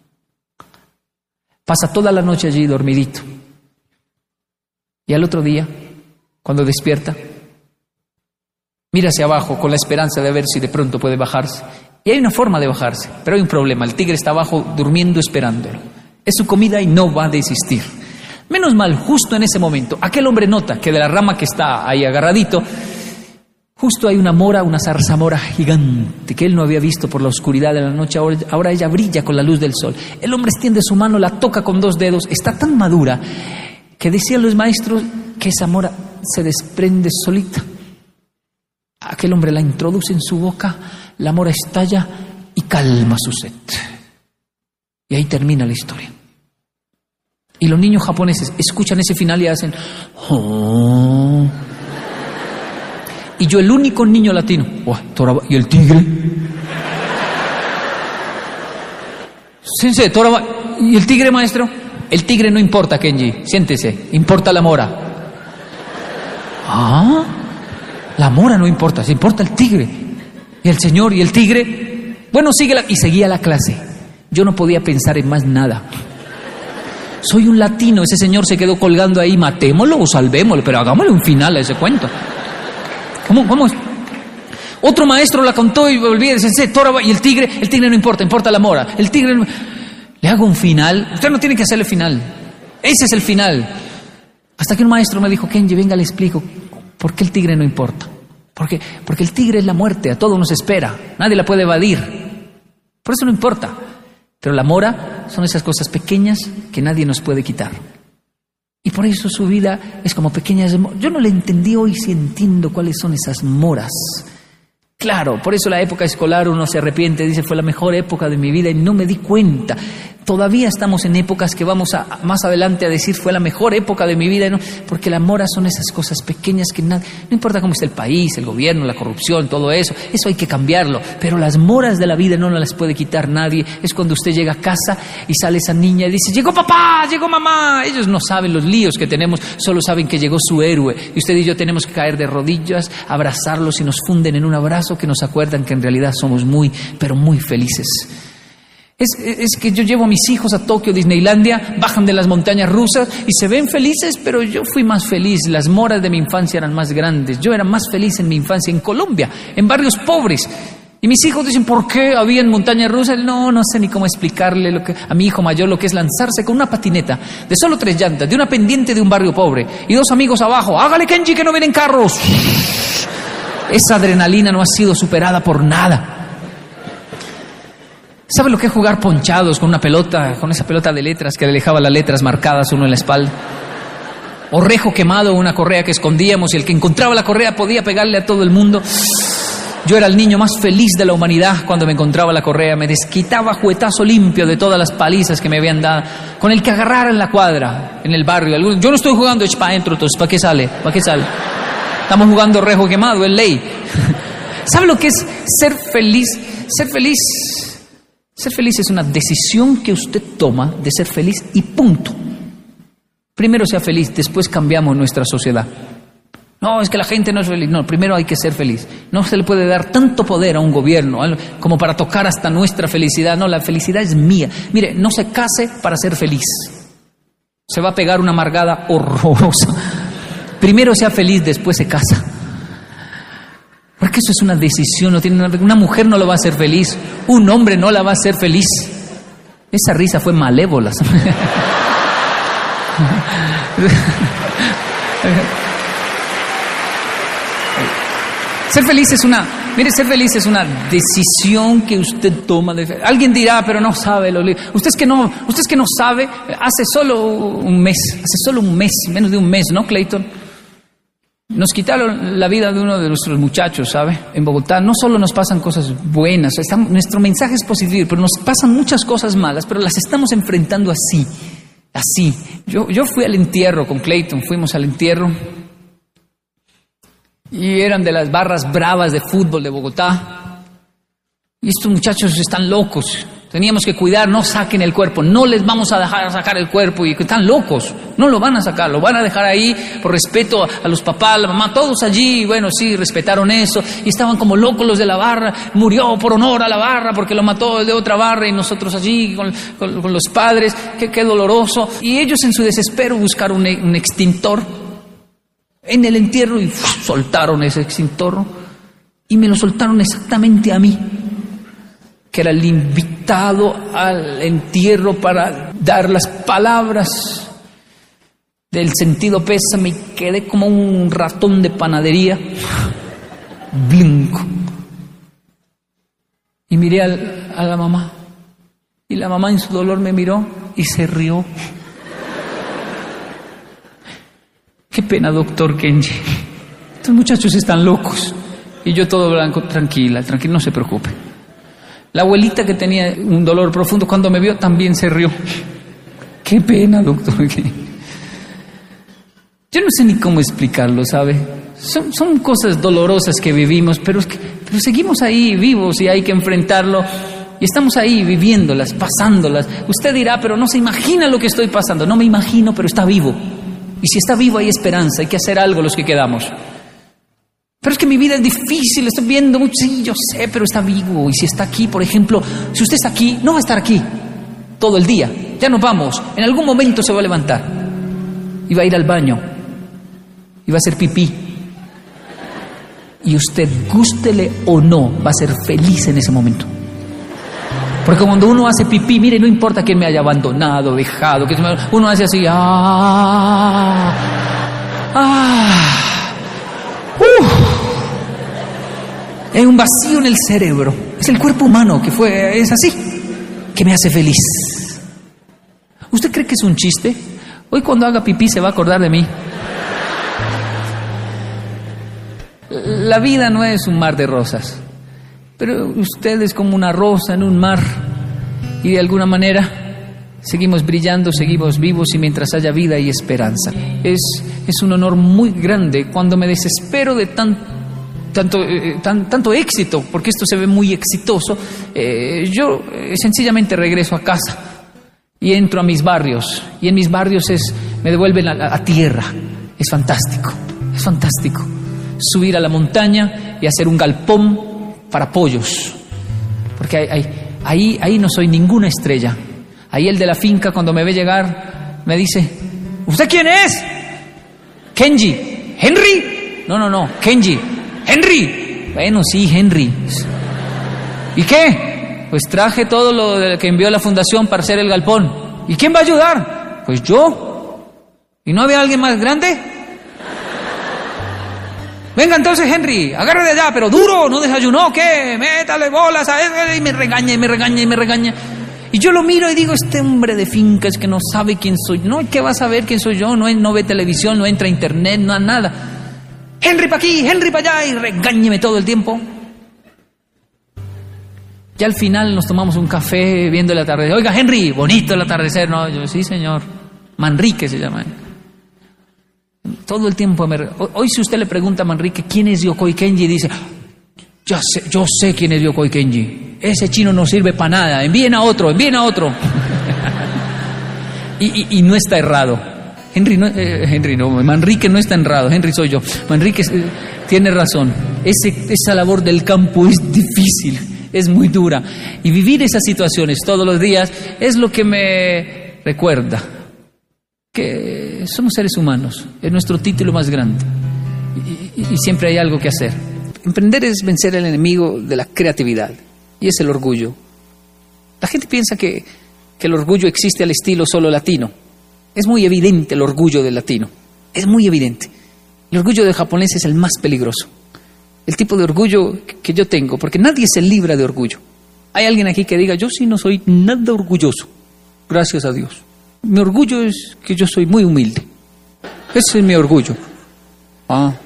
Pasa toda la noche allí dormidito. Y al otro día, cuando despierta, mira hacia abajo con la esperanza de ver si de pronto puede bajarse. Y hay una forma de bajarse, pero hay un problema. El tigre está abajo durmiendo esperándolo. Es su comida y no va a desistir. Menos mal, justo en ese momento, aquel hombre nota que de la rama que está ahí agarradito, justo hay una mora, una zarzamora gigante que él no había visto por la oscuridad de la noche. Ahora, ahora ella brilla con la luz del sol. El hombre extiende su mano, la toca con dos dedos. Está tan madura que decían los maestros que esa mora se desprende solita. Aquel hombre la introduce en su boca, la mora estalla y calma su sed. Y ahí termina la historia. Y los niños japoneses escuchan ese final y hacen oh. Y yo, el único niño latino, oh, Toraba, ¿y el tigre? Sensei, Toraba, ¿y el tigre, maestro? El tigre no importa, Kenji, siéntese, importa la mora. Ah, la mora no importa, se importa el tigre. Y el señor y el tigre, bueno, sigue la, y seguía la clase. Yo no podía pensar en más nada. Soy un latino, ese señor se quedó colgando ahí, matémoslo o salvémoslo, pero hagámosle un final a ese cuento. ¿Cómo, cómo es? Otro maestro la contó y volví a decir, Toraba, y el tigre, el tigre no importa, importa la mora. El tigre, no... le hago un final. Usted no tiene que hacerle final. Ese es el final. Hasta que un maestro me dijo, Kenji, venga, le explico por qué el tigre no importa. Porque, porque el tigre es la muerte, a todos nos espera, nadie la puede evadir. Por eso no importa. Pero la mora son esas cosas pequeñas que nadie nos puede quitar. Y por eso su vida es como pequeñas... Yo no le entendí, hoy sí entiendo cuáles son esas moras. Claro, por eso la época escolar uno se arrepiente, dice, fue la mejor época de mi vida y no me di cuenta Todavía estamos en épocas que vamos a, más adelante a decir fue la mejor época de mi vida, ¿no? Porque las moras son esas cosas pequeñas que nada, no importa cómo esté el país, el gobierno, la corrupción, todo eso, eso hay que cambiarlo, pero las moras de la vida no las puede quitar nadie. Es cuando usted llega a casa y sale esa niña y dice, llegó papá, llegó mamá. Ellos no saben los líos que tenemos, solo saben que llegó su héroe, y usted y yo tenemos que caer de rodillas, abrazarlos y nos funden en un abrazo que nos acuerdan que en realidad somos muy, pero muy felices. Es, es que yo llevo a mis hijos a Tokio, Disneylandia, bajan de las montañas rusas y se ven felices, pero yo fui más feliz. Las moras de mi infancia eran más grandes. Yo era más feliz en mi infancia en Colombia, en barrios pobres. Y mis hijos dicen, ¿por qué había montañas rusas? No, no sé ni cómo explicarle lo que, a mi hijo mayor lo que es lanzarse con una patineta de solo tres llantas, de una pendiente de un barrio pobre y dos amigos abajo. Hágale, Kenji, que no vienen carros. Esa adrenalina no ha sido superada por nada. ¿Sabe lo que es jugar ponchados con una pelota, con esa pelota de letras que le dejaba las letras marcadas uno en la espalda? O rejo quemado, una correa que escondíamos y el que encontraba la correa podía pegarle a todo el mundo. Yo era el niño más feliz de la humanidad cuando me encontraba la correa. Me desquitaba juetazo limpio de todas las palizas que me habían dado, con el que agarrara en la cuadra, en el barrio. Yo no estoy jugando es para adentro, ¿para qué sale? ¿Para qué sale? Estamos jugando rejo quemado, es ley. ¿Sabe lo que es ser feliz? Ser feliz... Ser feliz es una decisión que usted toma de ser feliz y punto. Primero sea feliz, después cambiamos nuestra sociedad. No, es que la gente no es feliz. No, primero hay que ser feliz. No se le puede dar tanto poder a un gobierno como para tocar hasta nuestra felicidad. No, la felicidad es mía. Mire, no se case para ser feliz. Se va a pegar una amargada horrorosa. Primero sea feliz, después se casa. Porque eso es una decisión, no tiene una, una mujer no lo va a hacer feliz, un hombre no la va a hacer feliz. Esa risa fue malévola. Ser feliz es una, mire, ser feliz es una decisión que usted toma. De, alguien dirá, pero no sabe lo usted es que no, usted es que no sabe. Hace solo un mes, hace solo un mes, menos de un mes, ¿no, Clayton? Nos quitaron la vida de uno de nuestros muchachos, ¿sabe? En Bogotá no solo nos pasan cosas buenas, estamos, nuestro mensaje es positivo, pero nos pasan muchas cosas malas, pero las estamos enfrentando así, así. Yo, yo fui al entierro con Clayton, fuimos al entierro y eran de las barras bravas de fútbol de Bogotá. Y estos muchachos están locos. Teníamos que cuidar, no saquen el cuerpo, no les vamos a dejar sacar el cuerpo, y están locos, no lo van a sacar, lo van a dejar ahí por respeto a los papás, la mamá, todos allí. Y bueno, sí, respetaron eso, y estaban como locos los de la barra, murió por honor a la barra porque lo mató el de otra barra, y nosotros allí con, con, con los padres, qué, qué doloroso. Y ellos en su desespero buscaron un, un extintor en el entierro y ¡uf! Soltaron ese extintor, y me lo soltaron exactamente a mí, que era el invitado al entierro para dar las palabras del sentido pésame, y quedé como un ratón de panadería, blanco. Y miré al, a la mamá, y la mamá en su dolor me miró y se rió. Qué pena, doctor Kenji. Estos muchachos están locos. Y yo todo blanco, tranquila, tranquila, no se preocupe. La abuelita, que tenía un dolor profundo, cuando me vio también se rió. Qué pena, doctor. Yo no sé ni cómo explicarlo, ¿sabe? Son, son cosas dolorosas que vivimos, pero, es que, pero seguimos ahí vivos y hay que enfrentarlo. Y estamos ahí viviéndolas, pasándolas. Usted dirá, pero no se imagina lo que estoy pasando. No me imagino, pero está vivo. Y si está vivo hay esperanza, hay que hacer algo los que quedamos. Pero es que mi vida es difícil, estoy viendo mucho, sí, yo sé, pero está vivo. Y si está aquí, por ejemplo, si usted está aquí, no va a estar aquí todo el día. Ya nos vamos, en algún momento se va a levantar y va a ir al baño y va a hacer pipí. Y usted, gústele o no, va a ser feliz en ese momento. Porque cuando uno hace pipí, mire, no importa quién me haya abandonado, dejado, que uno hace así, ah, ah, uh, hay un vacío en el cerebro. Es el cuerpo humano que fue, es así, que me hace feliz. ¿Usted cree que es un chiste? Hoy cuando haga pipí se va a acordar de mí. La vida no es un mar de rosas, pero usted es como una rosa en un mar, y de alguna manera Seguimos brillando, seguimos vivos y mientras haya vida y esperanza. Es, es un honor muy grande cuando me desespero de tan, tanto, eh, tan, tanto éxito, porque esto se ve muy exitoso. Eh, yo eh, sencillamente regreso a casa y entro a mis barrios. Y en mis barrios es, me devuelven a, a tierra. Es fantástico, es fantástico. Subir a la montaña y hacer un galpón para pollos. Porque hay, hay, ahí, ahí no soy ninguna estrella. Ahí el de la finca, cuando me ve llegar, me dice: ¿usted quién es? Kenji. ¿Henry? No, no, no, Kenji. Henry. Bueno, sí, Henry. ¿Y qué? Pues traje todo lo que envió la fundación para hacer el galpón. ¿Y quién va a ayudar? Pues yo. ¿Y no había alguien más grande? Venga entonces, Henry, agarre de allá, pero duro, ¿no desayunó? ¿Qué? Métale bolas a él. Y me regaña, y me regaña, y me regaña. Y yo lo miro y digo: este hombre de fincas que no sabe quién soy. No, ¿qué va a saber quién soy yo? No, no ve televisión, no entra a internet, no nada. Henry para aquí, Henry para allá, y regáñeme todo el tiempo. Ya al final nos tomamos un café viendo el atardecer. Oiga, Henry, bonito el atardecer, ¿no? Yo, sí, señor. Manrique se llama. Todo el tiempo me... Hoy si usted le pregunta a Manrique quién es Yokoi Kenji, dice: ya sé, yo sé quién es Yokoi Kenji. Ese chino no sirve para nada. Envíen a otro, envíen a otro. y, y, y no está errado. Henry no, eh, Henry no, Manrique no está errado. Henry soy yo. Manrique eh, tiene razón. Ese, esa labor del campo es difícil, es muy dura. Y vivir esas situaciones todos los días es lo que me recuerda que somos seres humanos. Es nuestro título más grande. Y, y, y siempre hay algo que hacer. Emprender es vencer al enemigo de la creatividad. Y es el orgullo. La gente piensa que, que el orgullo existe al estilo solo latino. Es muy evidente el orgullo del latino. Es muy evidente. El orgullo del japonés es el más peligroso. El tipo de orgullo que yo tengo, porque nadie se libra de orgullo. Hay alguien aquí que diga: yo sí no soy nada orgulloso. Gracias a Dios. Mi orgullo es que yo soy muy humilde. Ese es mi orgullo. Ah.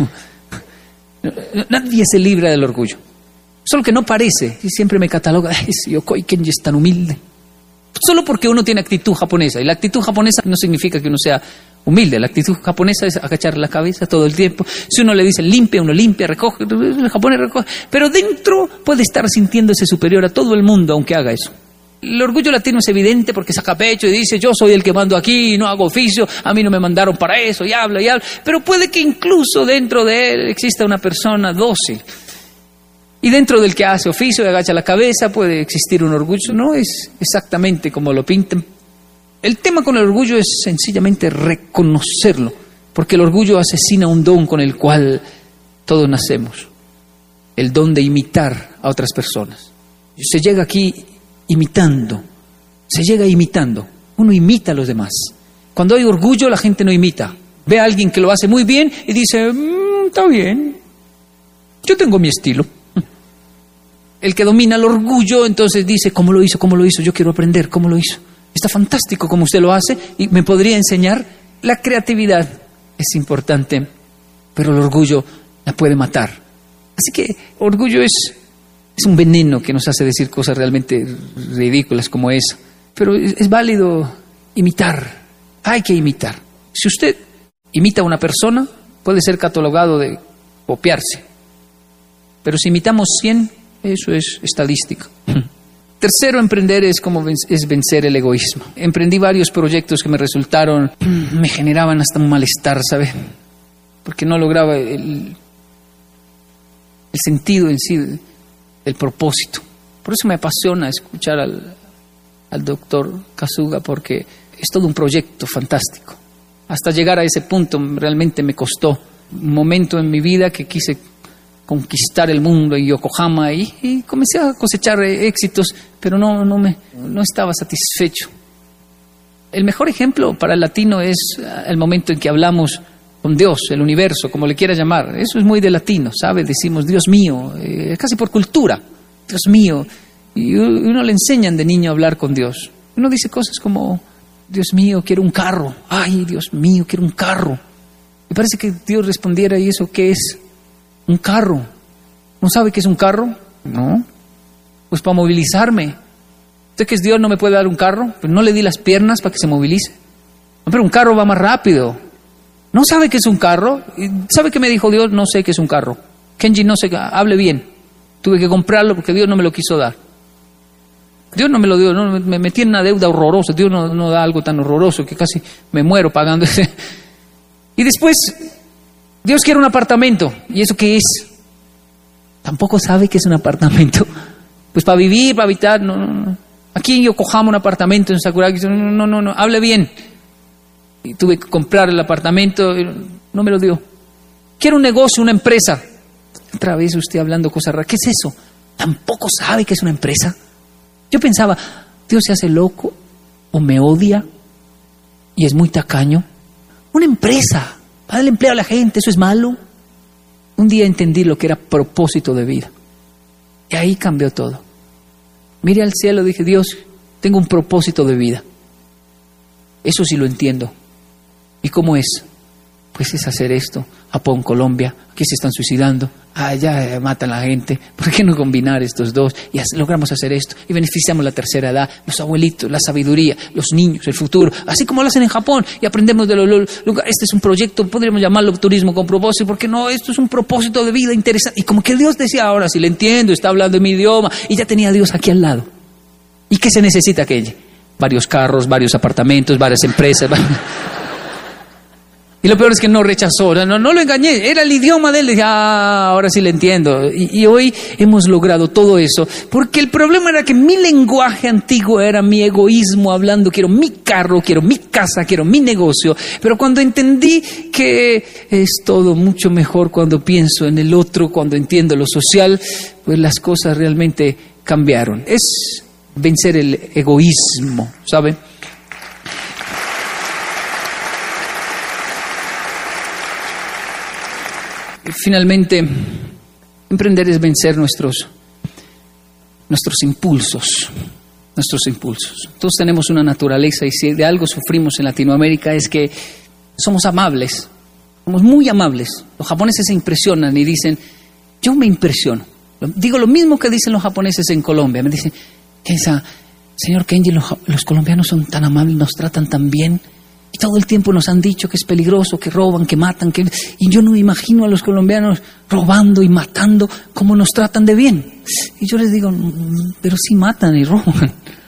Nadie se libra del orgullo. Solo que no parece. Y siempre me cataloga: ese Yokoi Kenji es tan humilde. Solo porque uno tiene actitud japonesa. Y la actitud japonesa no significa que uno sea humilde. La actitud japonesa es agachar la cabeza todo el tiempo. Si uno le dice limpia, uno limpia, recoge. El japonés recoge. Pero dentro puede estar sintiéndose superior a todo el mundo aunque haga eso. El orgullo latino es evidente porque saca pecho y dice: yo soy el que mando aquí, no hago oficio, a mí no me mandaron para eso, y habla y habla. Pero puede que incluso dentro de él exista una persona dócil. Y dentro del que hace oficio y agacha la cabeza puede existir un orgullo. No es exactamente como lo pintan. El tema con el orgullo es sencillamente reconocerlo, porque el orgullo asesina un don con el cual todos nacemos: el don de imitar a otras personas. Se llega aquí imitando, se llega imitando, uno imita a los demás. Cuando hay orgullo, la gente no imita. Ve a alguien que lo hace muy bien y dice: mmm, está bien, yo tengo mi estilo. El que domina el orgullo entonces dice: ¿cómo lo hizo? ¿Cómo lo hizo? Yo quiero aprender, ¿cómo lo hizo? Está fantástico como usted lo hace y me podría enseñar. La creatividad es importante, pero el orgullo la puede matar. Así que orgullo es, es un veneno que nos hace decir cosas realmente ridículas como esa. Pero es, es válido imitar, hay que imitar. Si usted imita a una persona, puede ser catalogado de copiarse. Pero si imitamos cien, eso es estadística. Tercero, emprender es como ven- es vencer el egoísmo. Emprendí varios proyectos que me resultaron, me generaban hasta un malestar, ¿sabe? Porque no lograba el, el sentido en sí, el propósito. Por eso me apasiona escuchar al, al doctor Kasuga, porque es todo un proyecto fantástico. Hasta llegar a ese punto realmente me costó un momento en mi vida que quise conquistar el mundo en Yokohama y, y comencé a cosechar éxitos, pero no, no, me, no estaba satisfecho. El mejor ejemplo para el latino es el momento en que hablamos con Dios, el universo, como le quiera llamar. Eso es muy de latino, ¿sabe? Decimos Dios mío, eh, casi por cultura, Dios mío. Y uno le enseñan de niño a hablar con Dios. Uno dice cosas como: Dios mío, quiero un carro. Ay, Dios mío, quiero un carro. Me parece que Dios respondiera: ¿y eso qué es? Un carro. ¿No sabe qué es un carro? No. Pues para movilizarme. Usted que es Dios no me puede dar un carro, pero no le di las piernas para que se movilice. No, pero un carro va más rápido. ¿No sabe qué es un carro? ¿Sabe qué me dijo Dios? No sé qué es un carro. Kenji, no sé, hable bien. Tuve que comprarlo porque Dios no me lo quiso dar. Dios no me lo dio, no, me metí en una deuda horrorosa. Dios no, no da algo tan horroroso que casi me muero pagando ese. Y después, Dios quiere un apartamento. ¿Y eso qué es? Tampoco sabe qué es un apartamento. Pues para vivir, para habitar, no, no, no. Aquí en Yokohama un apartamento en Sakuragi, no, no, no, no, hable bien. Y tuve que comprar el apartamento, no me lo dio. Quiero un negocio, una empresa. Otra vez usted hablando cosas raras. ¿Qué es eso? ¿Tampoco sabe qué es una empresa? Yo pensaba, Dios se hace loco o me odia y es muy tacaño. Una empresa, para darle empleo a la gente, ¿eso es malo? Un día entendí lo que era propósito de vida. Y ahí cambió todo. Miré al cielo y dije, Dios, tengo un propósito de vida. Eso sí lo entiendo. ¿Y cómo es? Pues es hacer esto. Japón, Colombia, aquí se están suicidando. Allá matan a la gente. ¿Por qué no combinar estos dos? Y logramos hacer esto. Y beneficiamos la tercera edad, los abuelitos, la sabiduría, los niños, el futuro. Así como lo hacen en Japón. Y aprendemos de los lugares. Este es un proyecto, podríamos llamarlo turismo con propósito. Porque no, esto es un propósito de vida interesante. Y como que Dios decía, ahora sí le entiendo, está hablando en mi idioma. Y ya tenía a Dios aquí al lado. ¿Y qué se necesita aquello? Varios carros, varios apartamentos, varias empresas. Y lo peor es que no rechazó, no, no lo engañé, era el idioma de él. Dije, ah, ahora sí le entiendo. Y, y hoy hemos logrado todo eso, porque el problema era que mi lenguaje antiguo era mi egoísmo hablando, quiero mi carro, quiero mi casa, quiero mi negocio. Pero cuando entendí que es todo mucho mejor cuando pienso en el otro, cuando entiendo lo social, pues las cosas realmente cambiaron. Es vencer el egoísmo, ¿sabe? Finalmente, emprender es vencer nuestros, nuestros impulsos, nuestros impulsos. Todos tenemos una naturaleza y si de algo sufrimos en Latinoamérica es que somos amables, somos muy amables. Los japoneses se impresionan y dicen, yo me impresiono. Digo lo mismo que dicen los japoneses en Colombia. Me dicen, esa, señor Kenji, los, los colombianos son tan amables, nos tratan tan bien. Y todo el tiempo nos han dicho que es peligroso, que roban, que matan, que... y yo no me imagino a los colombianos robando y matando como nos tratan de bien. Y yo les digo, pero sí matan y roban.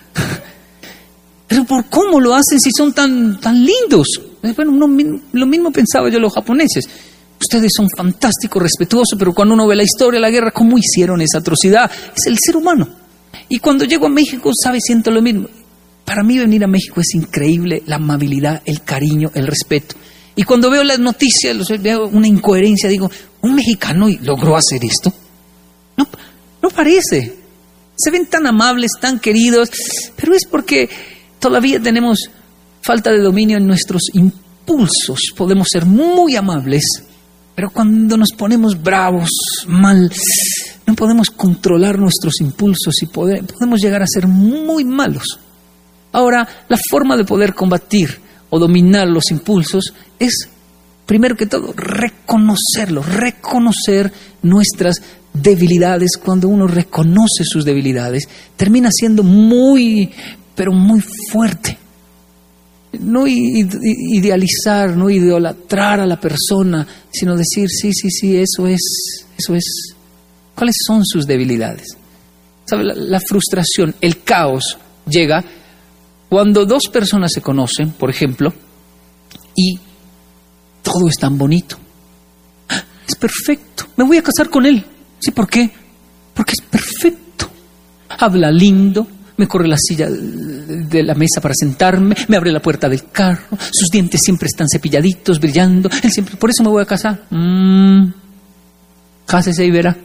Pero ¿por cómo lo hacen si son tan, tan lindos? Bueno, no, lo mismo pensaba yo los japoneses. Ustedes son fantásticos, respetuosos, pero cuando uno ve la historia de la guerra, ¿cómo hicieron esa atrocidad? Es el ser humano. Y cuando llego a México, ¿sabe? Siento lo mismo. Para mí venir a México es increíble, la amabilidad, el cariño, el respeto. Y cuando veo las noticias, veo una incoherencia, digo, ¿un mexicano logró hacer esto? No, no parece. Se ven tan amables, tan queridos, pero es porque todavía tenemos falta de dominio en nuestros impulsos. Podemos ser muy amables, pero cuando nos ponemos bravos, mal, no podemos controlar nuestros impulsos y poder, podemos llegar a ser muy malos. Ahora, la forma de poder combatir o dominar los impulsos es, primero que todo, reconocerlos, reconocer nuestras debilidades. Cuando uno reconoce sus debilidades, termina siendo muy, pero muy fuerte. No idealizar, no idolatrar a la persona, sino decir, sí, sí, sí, eso es, eso es. ¿Cuáles son sus debilidades? ¿Sabe? La, la frustración, el caos llega cuando dos personas se conocen, por ejemplo, y todo es tan bonito. Es perfecto. Me voy a casar con él. ¿Sí? ¿Por qué? Porque es perfecto. Habla lindo, me corre la silla de la mesa para sentarme, me abre la puerta del carro, sus dientes siempre están cepilladitos, brillando. Él siempre, por eso me voy a casar. Mm, cásese y verá.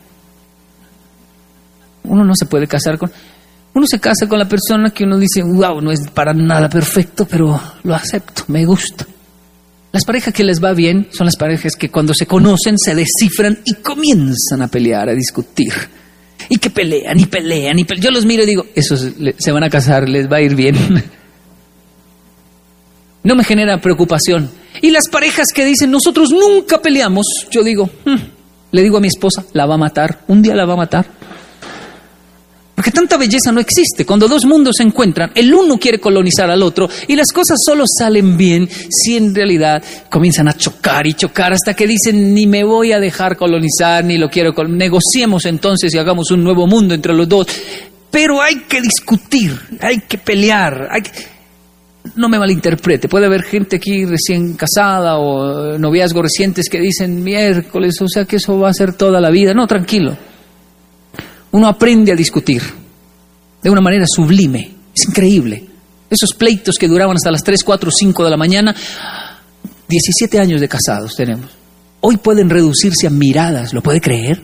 Uno no se puede casar con... Uno se casa con la persona que uno dice, wow, no es para nada perfecto, pero lo acepto, me gusta. Las parejas que les va bien son las parejas que cuando se conocen se descifran y comienzan a pelear, a discutir. Y que pelean y pelean y pelean. Yo los miro y digo, esos se van a casar, les va a ir bien. No me genera preocupación. Y las parejas que dicen, nosotros nunca peleamos, yo digo, hmm, le digo a mi esposa, la va a matar, un día la va a matar. Porque tanta belleza no existe. Cuando dos mundos se encuentran, el uno quiere colonizar al otro y las cosas solo salen bien si en realidad comienzan a chocar y chocar hasta que dicen ni me voy a dejar colonizar, ni lo quiero colonizar. Negociemos entonces y hagamos un nuevo mundo entre los dos. Pero hay que discutir, hay que pelear. Hay que... No me malinterprete, puede haber gente aquí recién casada o noviazgos recientes que dicen miércoles, o sea que eso va a ser toda la vida. No, tranquilo. Uno aprende a discutir de una manera sublime. Es increíble. Esos pleitos que duraban hasta las tres, cuatro, cinco de la mañana, diecisiete años de casados tenemos. Hoy pueden reducirse a miradas, ¿lo puede creer?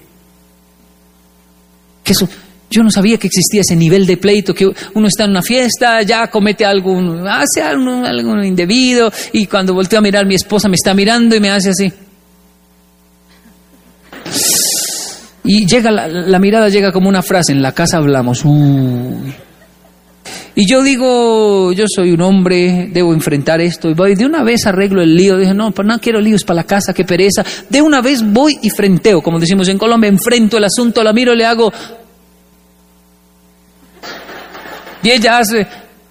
Que eso, yo no sabía que existía ese nivel de pleito, que uno está en una fiesta, ya comete algo, hace algo, algo indebido, y cuando volteo a mirar, mi esposa me está mirando y me hace así. Y llega la, la mirada llega como una frase, en la casa hablamos. Uy. Y yo digo, yo soy un hombre, debo enfrentar esto. Y voy, de una vez arreglo el lío. Dije, no, no quiero líos para la casa, qué pereza. De una vez voy y frenteo, como decimos en Colombia, enfrento el asunto, la miro, le hago. Y ella hace.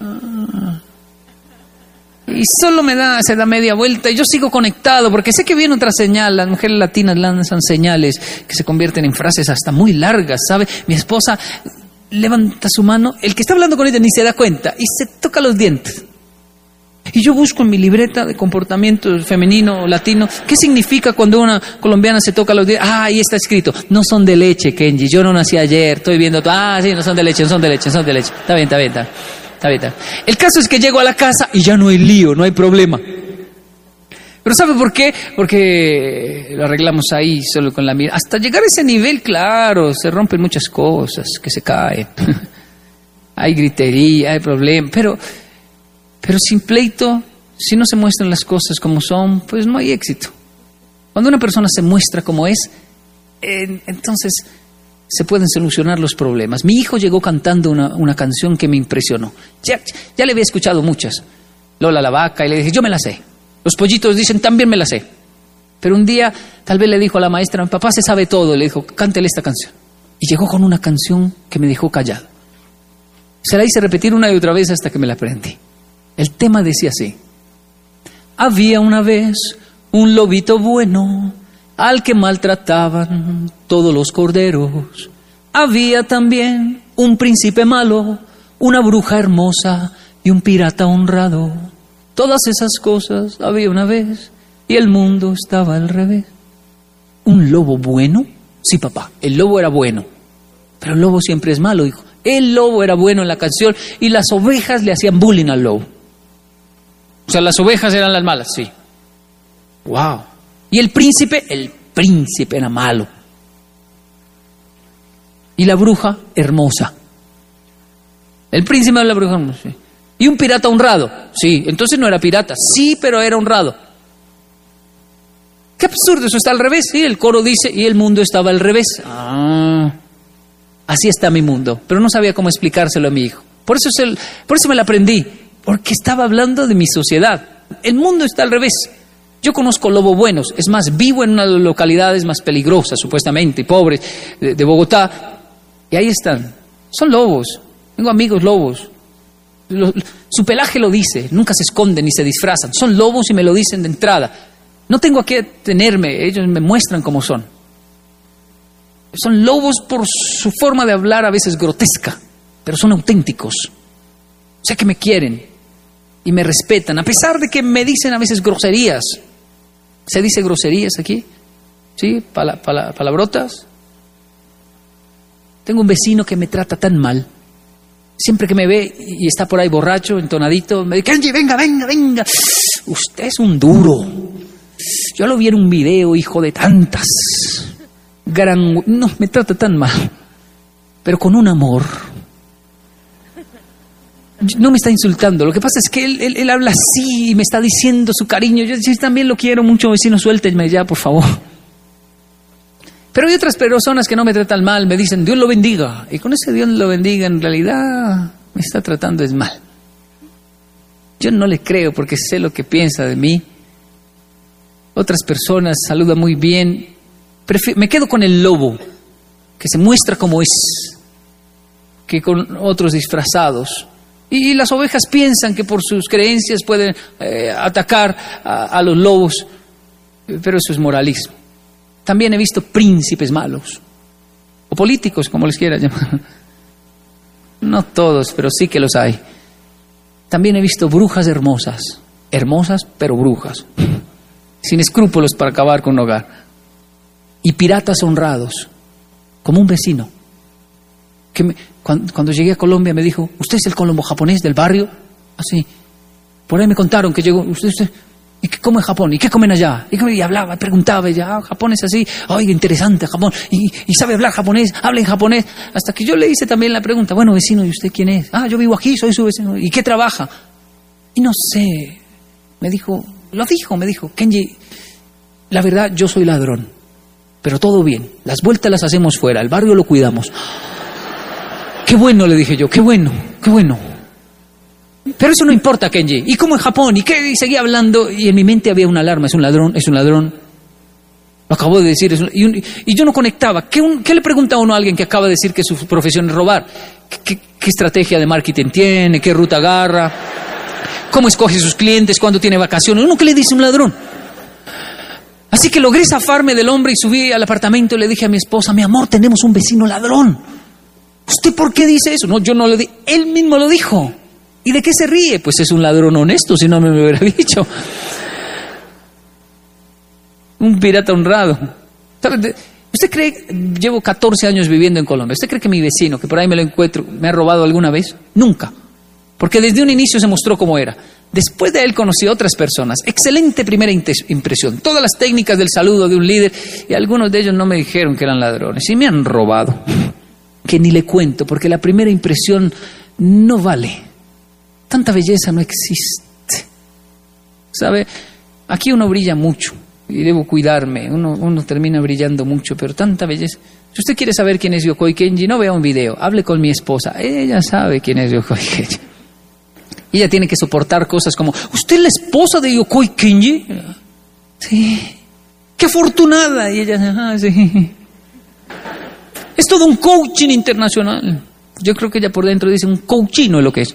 Y solo me da, se da media vuelta y yo sigo conectado porque sé que viene otra señal. Las mujeres latinas lanzan señales que se convierten en frases hasta muy largas, ¿sabe? Mi esposa levanta su mano, el que está hablando con ella ni se da cuenta y se toca los dientes. Y yo busco en mi libreta de comportamiento femenino o latino, ¿qué significa cuando una colombiana se toca los dientes? Ah, ahí está escrito, no son de leche, Kenji, yo no nací ayer, estoy viendo, ah, sí, no son de leche, no son de leche, no son de leche. Está bien, está bien, está bien. Está bien, está bien. El caso es que llego a la casa y ya no hay lío, no hay problema. Pero ¿sabe por qué? Porque lo arreglamos ahí solo con la mirada. Hasta llegar a ese nivel, claro, se rompen muchas cosas, que se caen. Hay gritería, hay problema, pero, pero sin pleito, si no se muestran las cosas como son, pues no hay éxito. Cuando una persona se muestra como es, eh, entonces se pueden solucionar los problemas. Mi hijo llegó cantando una, una canción que me impresionó. Ya, ya le había escuchado muchas. Lola la vaca, y le dije, yo me la sé. Los pollitos dicen, también me la sé. Pero un día, tal vez le dijo a la maestra, mi papá se sabe todo. Le dijo, cántele esta canción. Y llegó con una canción que me dejó callado. Se la hice repetir una y otra vez hasta que me la aprendí. El tema decía así. Había una vez un lobito bueno al que maltrataban todos los corderos. Había también un príncipe malo, una bruja hermosa y un pirata honrado. Todas esas cosas había una vez y el mundo estaba al revés. ¿Un lobo bueno? Sí, papá, el lobo era bueno. Pero el lobo siempre es malo, hijo. El lobo era bueno en la canción y las ovejas le hacían bullying al lobo. O sea, las ovejas eran las malas, sí. Wow. Y el príncipe, el príncipe era malo. Y la bruja, hermosa. El príncipe era la bruja hermosa. Sí. Y un pirata honrado. Sí, entonces no era pirata. Sí, pero era honrado. Qué absurdo, eso está al revés. Sí, el coro dice, y el mundo estaba al revés. Ah, así está mi mundo. Pero no sabía cómo explicárselo a mi hijo. Por eso, es el, por eso me lo aprendí. Porque estaba hablando de mi sociedad. El mundo está al revés. Yo conozco lobos buenos, es más, vivo en una de las localidades más peligrosas, supuestamente, y pobres, de, de Bogotá, y ahí están. Son lobos, tengo amigos lobos. Lo, su pelaje lo dice, nunca se esconden ni se disfrazan. Son lobos y me lo dicen de entrada. No tengo a qué tenerme, ellos me muestran cómo son. Son lobos por su forma de hablar a veces grotesca, pero son auténticos. O sea que me quieren y me respetan, a pesar de que me dicen a veces groserías. ¿Se dice groserías aquí? ¿Sí? Pala, pala, ¿Palabrotas? Tengo un vecino que me trata tan mal. Siempre que me ve y está por ahí borracho, entonadito, me dice, Kenji, venga, venga, venga. Usted es un duro. Yo lo vi en un video, hijo de tantas. Gran... No, me trata tan mal. Pero con un amor. No me está insultando, lo que pasa es que él, él, él habla así y me está diciendo su cariño. Yo, yo también lo quiero mucho, vecino, suéltenme ya, por favor. Pero hay otras personas que no me tratan mal, me dicen, Dios lo bendiga. Y con ese Dios lo bendiga, en realidad me está tratando es mal. Yo no le creo porque sé lo que piensa de mí. Otras personas saludan muy bien. Prefiero, me quedo con el lobo, que se muestra como es. que con otros disfrazados. Y, y las ovejas piensan que por sus creencias pueden eh, atacar a, a los lobos, pero eso es moralismo. También he visto príncipes malos, o políticos, como les quiera llamar. No todos, pero sí que los hay. También he visto brujas hermosas, hermosas pero brujas, sin escrúpulos para acabar con un hogar. Y piratas honrados, como un vecino, que me, cuando, cuando llegué a Colombia me dijo, ¿usted es el colombo japonés del barrio? Así, por ahí me contaron que llegó, usted, usted, ¿y qué come en Japón? ¿Y qué comen allá? Y, y hablaba, preguntaba, y ya, ah, Japón es así, oiga, interesante Japón, y, y sabe hablar japonés, habla en japonés, hasta que yo le hice también la pregunta, bueno, vecino, ¿y usted quién es? Ah, yo vivo aquí, soy su vecino, ¿y qué trabaja? Y no sé, me dijo, lo dijo, me dijo, Kenji, la verdad, yo soy ladrón, pero todo bien, las vueltas las hacemos fuera, el barrio lo cuidamos. Qué bueno, le dije yo, qué bueno, qué bueno. Pero eso no importa, Kenji. ¿Y cómo en Japón? ¿Y qué? Y seguía hablando y en mi mente había una alarma, es un ladrón, es un ladrón. Lo acabo de decir. Es un, y, un, y yo no conectaba. ¿Qué, un, ¿Qué le pregunta a uno a alguien que acaba de decir que su profesión es robar? ¿Qué, qué, qué estrategia de marketing tiene? ¿Qué ruta agarra? ¿Cómo escoge sus clientes? ¿Cuándo tiene vacaciones? ¿Uno qué le dice un ladrón? Así que logré zafarme del hombre y subí al apartamento y le dije a mi esposa, mi amor, tenemos un vecino ladrón. ¿Usted por qué dice eso? No, yo no lo dije. Él mismo lo dijo. ¿Y de qué se ríe? Pues es un ladrón honesto, si no me lo hubiera dicho. Un pirata honrado. ¿Usted cree, llevo catorce años viviendo en Colombia, ¿usted cree que mi vecino, que por ahí me lo encuentro, me ha robado alguna vez? Nunca. Porque desde un inicio se mostró cómo era. Después de él conocí a otras personas. Excelente primera impresión. Todas las técnicas del saludo de un líder. Y algunos de ellos no me dijeron que eran ladrones. Y me han robado. Que ni le cuento, porque la primera impresión no vale. Tanta belleza no existe. ¿Sabe? Aquí uno brilla mucho. Y debo cuidarme. Uno, uno termina brillando mucho, pero tanta belleza. Si usted quiere saber quién es Yokoi Kenji, no vea un video. Hable con mi esposa. Ella sabe quién es Yokoi Kenji. Y ella tiene que soportar cosas como, ¿usted es la esposa de Yokoi Kenji? Sí. ¡Qué afortunada! Y ella, ah, sí. Es todo un coaching internacional. Yo creo que ella por dentro dice, un coachino es lo que es.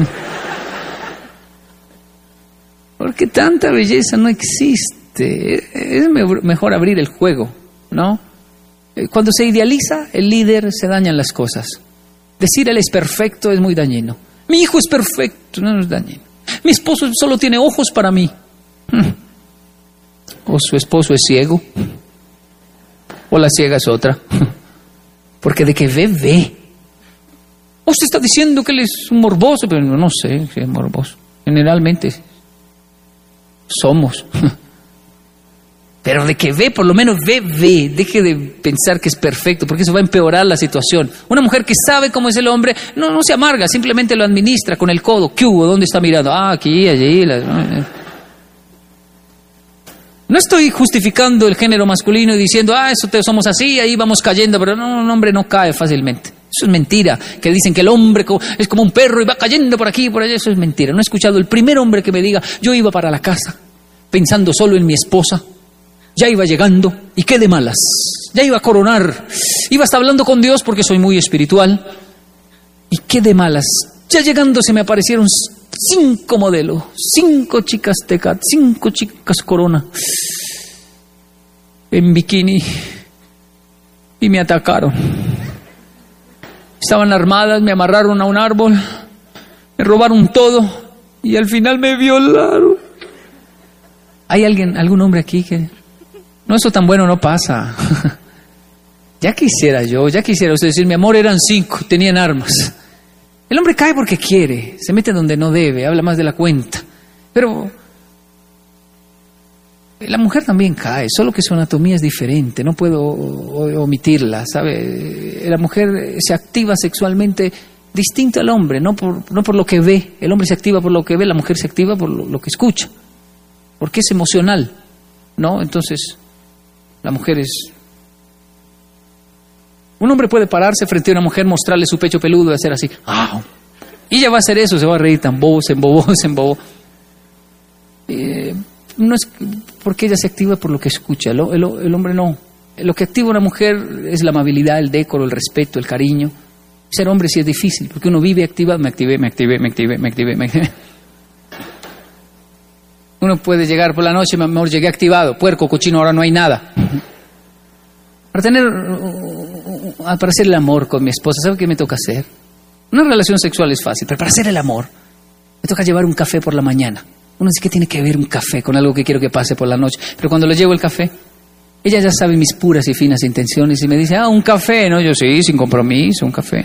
Porque tanta belleza no existe. Es mejor abrir el juego, ¿no? Cuando se idealiza el líder, se dañan las cosas. Decir él es perfecto es muy dañino. Mi hijo es perfecto, no es dañino. Mi esposo solo tiene ojos para mí. O su esposo es ciego. O la ciega es otra. Porque de que ve, ve. O usted está diciendo que él es un morboso, pero no sé si es morboso. Generalmente somos. Pero de que ve, por lo menos ve, ve. Deje de pensar que es perfecto, porque eso va a empeorar la situación. Una mujer que sabe cómo es el hombre, no, no se amarga, simplemente lo administra con el codo. ¿Qué hubo? ¿Dónde está mirando? Ah, aquí, allí. La... No estoy justificando el género masculino y diciendo, ah, eso te, somos así, ahí vamos cayendo, pero no, un hombre no cae fácilmente. Eso es mentira, que dicen que el hombre es como un perro y va cayendo por aquí y por allá. Eso es mentira. No he escuchado el primer hombre que me diga, yo iba para la casa pensando solo en mi esposa. Ya iba llegando, y qué de malas, ya iba a coronar, iba hasta hablando con Dios porque soy muy espiritual, y qué de malas, ya llegando se me aparecieron cinco modelos, cinco chicas Tecat, cinco chicas Corona, en bikini, y me atacaron. Estaban armadas, me amarraron a un árbol, me robaron todo, y al final me violaron. ¿Hay alguien, algún hombre aquí que... No, eso tan bueno no pasa. Ya quisiera yo, ya quisiera usted decir, mi amor, eran cinco, tenían armas. El hombre cae porque quiere, se mete donde no debe, habla más de la cuenta. Pero la mujer también cae, solo que su anatomía es diferente, no puedo omitirla, ¿sabe? La mujer se activa sexualmente distinto al hombre, no por, no por lo que ve. El hombre se activa por lo que ve, la mujer se activa por lo, lo que escucha, porque es emocional, ¿no? Entonces... La mujer es... Un hombre puede pararse frente a una mujer, mostrarle su pecho peludo y hacer así. ¡Ah! Y ella va a hacer eso, se va a reír tan bobo, se embobó, se embobó. Eh, no es porque ella se activa por lo que escucha. El, el, el hombre no. Lo que activa a una mujer es la amabilidad, el decoro, el respeto, el cariño. Ser hombre sí es difícil, porque uno vive activado, me activé, me activé, me activé, me activé, me activé. Uno puede llegar por la noche, mi amor, llegué activado, puerco, cochino, ahora no hay nada. Para tener, para hacer el amor con mi esposa, ¿sabe qué me toca hacer? Una relación sexual es fácil, pero para hacer el amor, me toca llevar un café por la mañana. Uno dice, ¿qué tiene que ver un café con algo que quiero que pase por la noche? Pero cuando le llevo el café, ella ya sabe mis puras y finas intenciones y me dice, ah, un café, ¿no? Yo sí, sin compromiso, un café.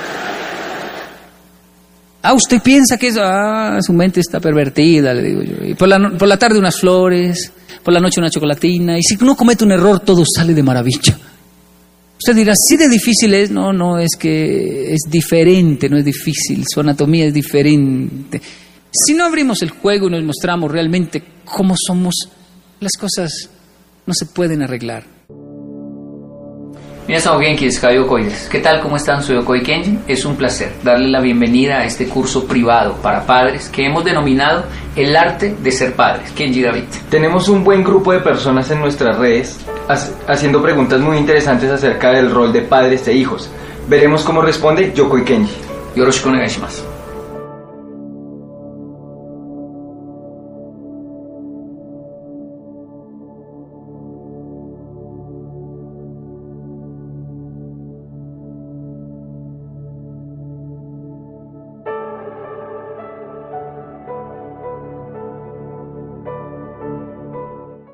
Ah, usted piensa que eso, ah, su mente está pervertida, le digo yo. Y por la, por la tarde unas flores, por la noche una chocolatina, y si uno comete un error, todo sale de maravilla. Usted dirá, ¿sí de difícil es? No, no, es que es diferente, no es difícil, su anatomía es diferente. Si no abrimos el juego y nos mostramos realmente cómo somos, las cosas no se pueden arreglar. Minasan o genki desu ka, Yokoi desu. ¿Qué tal? ¿Cómo están? Soy Yokoi Kenji. Es un placer darle la bienvenida a este curso privado para padres que hemos denominado El arte de ser padres. Kenji David. Tenemos un buen grupo de personas en nuestras redes haciendo preguntas muy interesantes acerca del rol de padres e hijos. Veremos cómo responde Yokoi Kenji. Yoroshiku onegai shimasu.